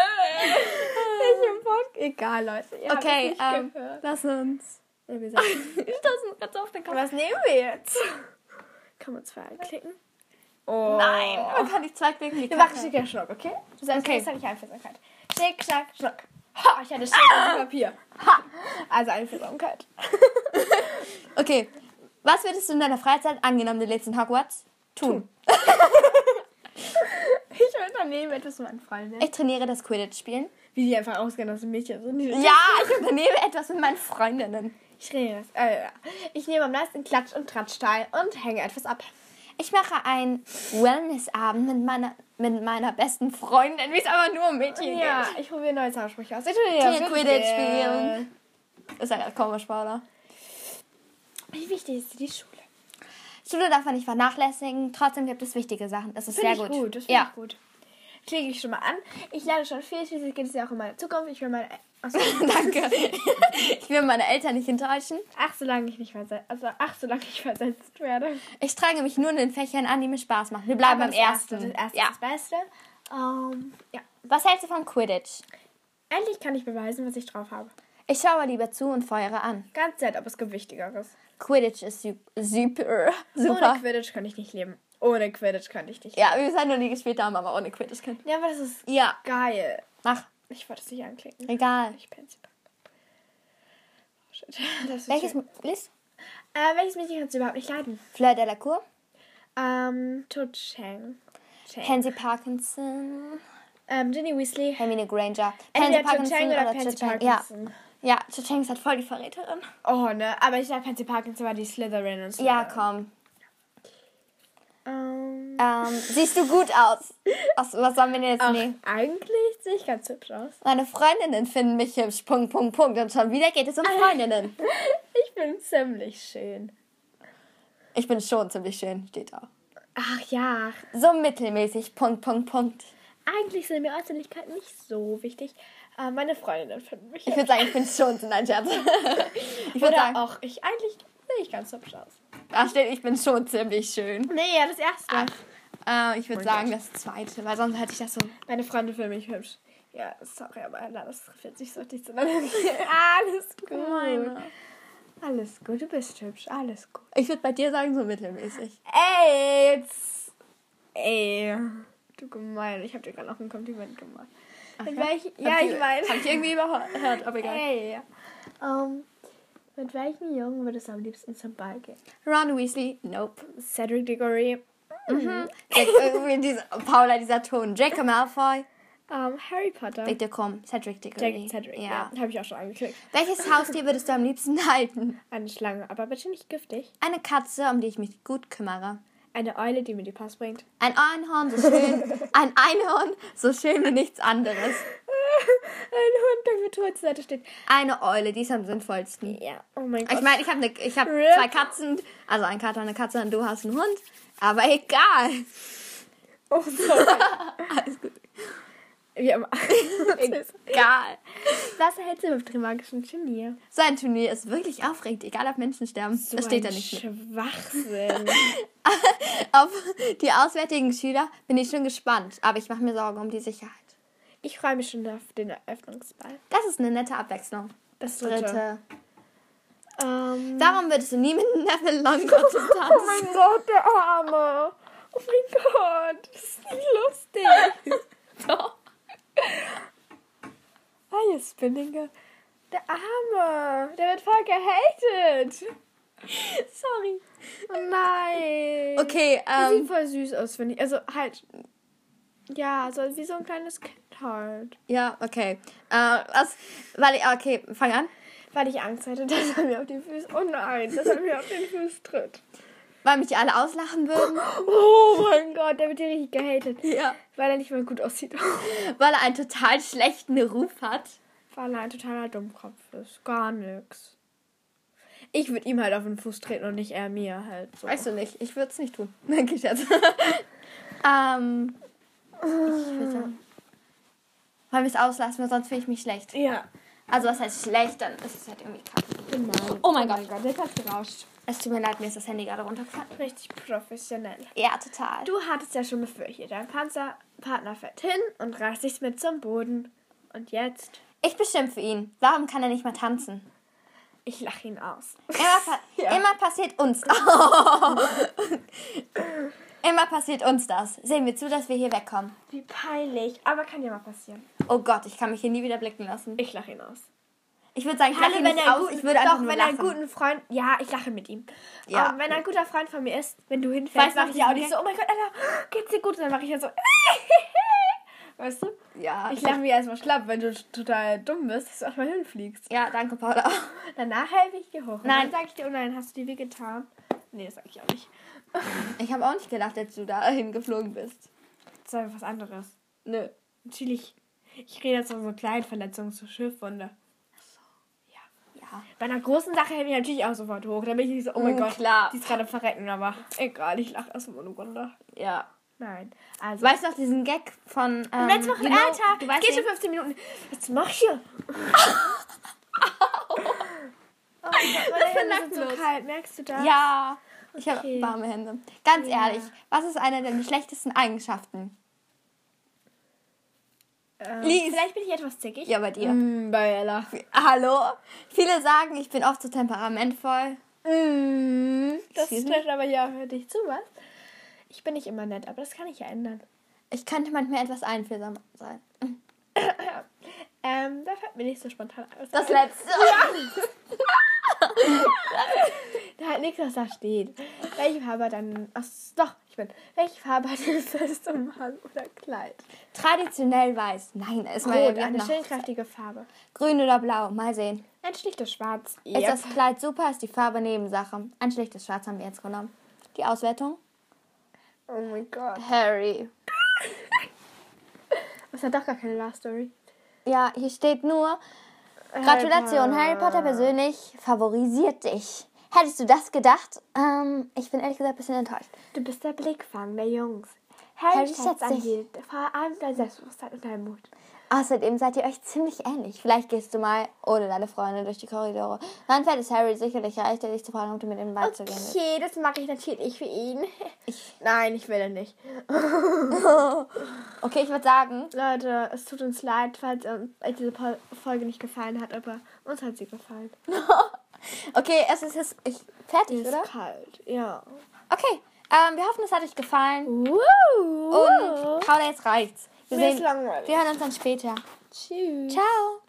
Egal, Leute. Okay, lass uns. Ja, wir sagen. Ganz auf den Kopf. Was nehmen wir jetzt? Kann man 2 anklicken? Oh. Nein, man kann nicht 2 klicken. Wir machen Schnick, Schnuck, okay? Du sagst, okay. Jetzt habe ich Einfühlsamkeit. Schnick, Schnack, Schnuck. Ha, ich hatte Schnick auf Papier. Ha. Also Einfühlsamkeit. Okay. Was würdest du in deiner Freizeit, angenommen du lebst in Hogwarts, tun? Ich unternehme etwas mit meinen Freunden. Ich trainiere das Quidditch-Spielen. Wie die einfach ausgehen aus dem Mädchen. Ja, ich unternehme etwas mit meinen Freundinnen. Ich trainiere das. Ich nehme am meisten Klatsch- und Tratsch teil und hänge etwas ab. Ich mache einen Wellness-Abend mit meiner besten Freundin, wie es aber nur um Mädchen geht. Ja, ich probiere neue Zaubersprüche aus. Ich trainiere Quidditch spielen. Ist ja gerade komisch, Paula. Wie wichtig ist die Schule? Schule darf man nicht vernachlässigen. Trotzdem gibt es wichtige Sachen. Das ist sehr gut. Das finde ich gut. Klicke ich schon mal an. Ich lerne schon viel. Schließlich geht es ja auch in meine Zukunft. Ich will meine... Danke. Ich will meine Eltern nicht enttäuschen. Solange ich nicht versetzt werde. Ich strenge mich nur in den Fächern an, die mir Spaß machen. Wir bleiben beim Ersten. Das Erste ist das Beste. Ja. Was hältst du von Quidditch? Endlich kann ich beweisen, was ich drauf habe. Ich schaue lieber zu und feuere an. Ganz nett, aber es gibt Wichtigeres. Quidditch ist super. Ohne Quidditch kann ich nicht leben. Ohne Quidditch kann ich nicht. Ja, wir es halt noch nie gespielt haben, aber ohne Quidditch können. Ja, aber das ist geil. Mach. Ich wollte es nicht anklicken. Egal. Ich Pansy Park. Oh shit. Das ist Welches Mädchen kannst du überhaupt nicht leiden? Fleur Delacour. Cho Chang. Pansy Parkinson. Ginny Weasley. Hermine Granger. Pansy Parkinson oder Pansy Parkinson. Ja, Cho Chang ist halt voll die Verräterin. Oh, ne. Aber ich dachte, Pansy Parkinson war die Slytherin und so. Ja, komm. Siehst du gut aus? Was sollen wir denn jetzt nehmen? Eigentlich sehe ich ganz hübsch aus. Meine Freundinnen finden mich hübsch. Punkt. Und schon wieder geht es um Freundinnen. Ich bin ziemlich schön. Ich bin schon ziemlich schön, steht da. Ach ja. So mittelmäßig. Punkt. Eigentlich sind mir Äußerlichkeiten nicht so wichtig. Meine Freundinnen finden mich Ich würde sagen, ich bin schon so ein Scherz. Ich würde sagen, auch eigentlich sehe ich ganz hübsch aus. Da steht, ich bin schon ziemlich schön. Nee, ja, das erste. Ich würde sagen, das zweite, weil sonst hätte ich das so... Meine Freunde finden mich hübsch. Ja, sorry, aber das fühlt sich so nicht so. Alles gut. Alles gut, du bist hübsch, alles gut. Ich würde bei dir sagen, so mittelmäßig. Ey, du gemein. Ich habe dir gerade noch ein Kompliment gemacht. Ach, ich meine. Hab ich irgendwie überhört, aber egal. Ey, mit welchem Jungen würdest du am liebsten zum Ball gehen? Ron Weasley, nope. Cedric Diggory. Paula, dieser Ton. Draco Malfoy. Harry Potter. Victor Krumm, Cedric Diggory. Cedric, ja. Habe ich auch schon angeklickt. Welches Haustier würdest du am liebsten halten? Eine Schlange, aber bitte nicht giftig. Eine Katze, um die ich mich gut kümmere. Eine Eule, die mir die Post bringt. Ein Einhorn, so schön wie nichts anderes. Ein Hund, der mit Tor zur Seite steht. Eine Eule, die ist am sinnvollsten. Ja, oh mein Gott. Ich meine, ich hab 2 Katzen, also ein Kater und eine Katze und du hast einen Hund. Aber egal. Oh, sorry. Alles gut. Wie immer. Egal. Was hältst du beim Trimagischen Turnier? So ein Turnier ist wirklich aufregend, egal ob Menschen sterben. So das steht da nicht mit. Schwachsinn. Auf die auswärtigen Schüler bin ich schon gespannt, aber ich mache mir Sorgen um die Sicherheit. Ich freue mich schon auf den Eröffnungsball. Das ist eine nette Abwechslung. Das dritte. Darum würdest du nie mit Neville Longbottom tanzen. Oh mein Gott, der Arme. Oh mein Gott, das ist nicht lustig. Doch. Spinninge. Der Arme. Der wird voll gehatet. Sorry. Oh nein. Okay, Sieht voll süß aus, finde ich. Also halt, ja, so wie so ein kleines Kind halt. Ja, okay. Okay, fang an. Weil ich Angst hatte, dass er mir auf die Füße... Oh nein, dass er mir auf den Fuß tritt. Weil mich alle auslachen würden. Oh mein Gott, der wird hier richtig gehatet. Ja. Weil er nicht mal gut aussieht. Weil er einen total schlechten Ruf hat. Weil er ein totaler Dummkopf ist. Gar nix. Ich würde ihm halt auf den Fuß treten und nicht er mir halt. So. Weißt du nicht, ich würde es nicht tun. Danke, Schatz. Ich würde sagen, wollen wir es auslassen, weil sonst fühle ich mich schlecht. Ja. Also was heißt schlecht, dann ist es halt irgendwie kacke. Genau. Oh mein Gott. Der hat gerauscht. Es tut mir leid, mir ist das Handy gerade runtergefallen. Richtig professionell. Ja, total. Du hattest ja schon befürchtet, dein Panzerpartner fährt hin und reißt sich mit zum Boden. Und jetzt? Ich beschimpfe ihn. Warum kann er nicht mal tanzen? Ich lache ihn aus. Immer passiert uns. Immer passiert uns das. Sehen wir zu, dass wir hier wegkommen. Wie peinlich. Aber kann ja mal passieren. Oh Gott, ich kann mich hier nie wieder blicken lassen. Ich lache ihn aus. Ich würde sagen, ich lache ihn nicht aus. Ich würde einfach nur wenn lachen. er einen guten Freund... Ja, ich lache mit ihm. Ja. Aber wenn er ein guter Freund von mir ist, wenn du hinfällst, mache ich ja auch nicht so, oh mein Gott, Alter, geht's dir gut? Und dann mache ich ja so... Weißt du? Ja. Ich lache mir erstmal schlapp, wenn du total dumm bist, dass du auch mal hinfliegst. Ja, danke, Paula. Danach helfe ich dir hoch. Und Nein. dann sage ich dir, oh nein, hast du dir wehgetan? Nee, das sage ich auch nicht. Ich habe auch nicht gedacht, als du da hingeflogen bist. Das ist einfach was anderes. Nö. Natürlich. Ich rede jetzt von so kleinen Verletzungen zur Schiffwunde. Ja. Bei einer großen Sache helfe ich natürlich auch sofort hoch. Da bin ich nicht so, oh mein Gott, klar. die ist gerade verrecken, aber egal, ich lache erstmal eine Runde. Ja. Nein. Also. Weißt du noch diesen Gag von... Jetzt mach Alter, du weißt geht schon den? 15 Minuten. Jetzt mach ich hier. Oh mein Gott, meine Hände sind so kalt, merkst du das? Ja. Ich habe Okay. warme Hände. Ganz Ja. ehrlich, was ist eine deiner schlechtesten Eigenschaften? Lies. Vielleicht bin ich etwas zickig. Ja, bei dir. Bei Ella. Hallo? Viele sagen, ich bin oft so temperamentvoll. Das Excuse me? trifft aber ja für dich zu, was? Ich bin nicht immer nett, aber das kann ich ja ändern. Ich könnte manchmal etwas einfühlsam sein. Da fällt mir nicht so spontan ein. Das letzte. Da hat nichts, was da steht. Welche Farbe hat dann... Ach, doch, welche Farbe hat ein Festumhang oder Kleid? Traditionell weiß. Nein, ist mal Rot, ja eine noch. schön kräftige Farbe. Grün oder blau. Mal sehen. Ein schlichtes Schwarz. Ist das Kleid super, ist die Farbe Nebensache. Ein schlichtes Schwarz haben wir jetzt genommen. Die Auswertung? Oh mein Gott. Harry. Das hat doch gar keine Love Story. Ja, hier steht nur: Gratulation, Harry Potter persönlich favorisiert dich. Hättest du das gedacht? Ich bin ehrlich gesagt ein bisschen enttäuscht. Du bist der Blickfang der Jungs. Harry schätzt schätzt an dich. dir. Vor allem dein Selbstbewusstsein und dein Mut. Außerdem seid ihr euch ziemlich ähnlich. Vielleicht gehst du mal ohne deine Freunde durch die Korridore. Dann fällt es Harry sicherlich leichter, dich zu fragen, ob du mit in den Wald zu gehen willst. Okay, das mache ich natürlich für ihn. Nein, ich will nicht. Okay, ich würde sagen... Leute, es tut uns leid, falls euch diese Folge nicht gefallen hat, aber uns hat sie gefallen. Okay, es ist fertig, oder? Es ist kalt, ja. Okay, wir hoffen, es hat euch gefallen. Und Und Paula, jetzt reicht's. Wir hören uns dann später. Tschüss. Ciao.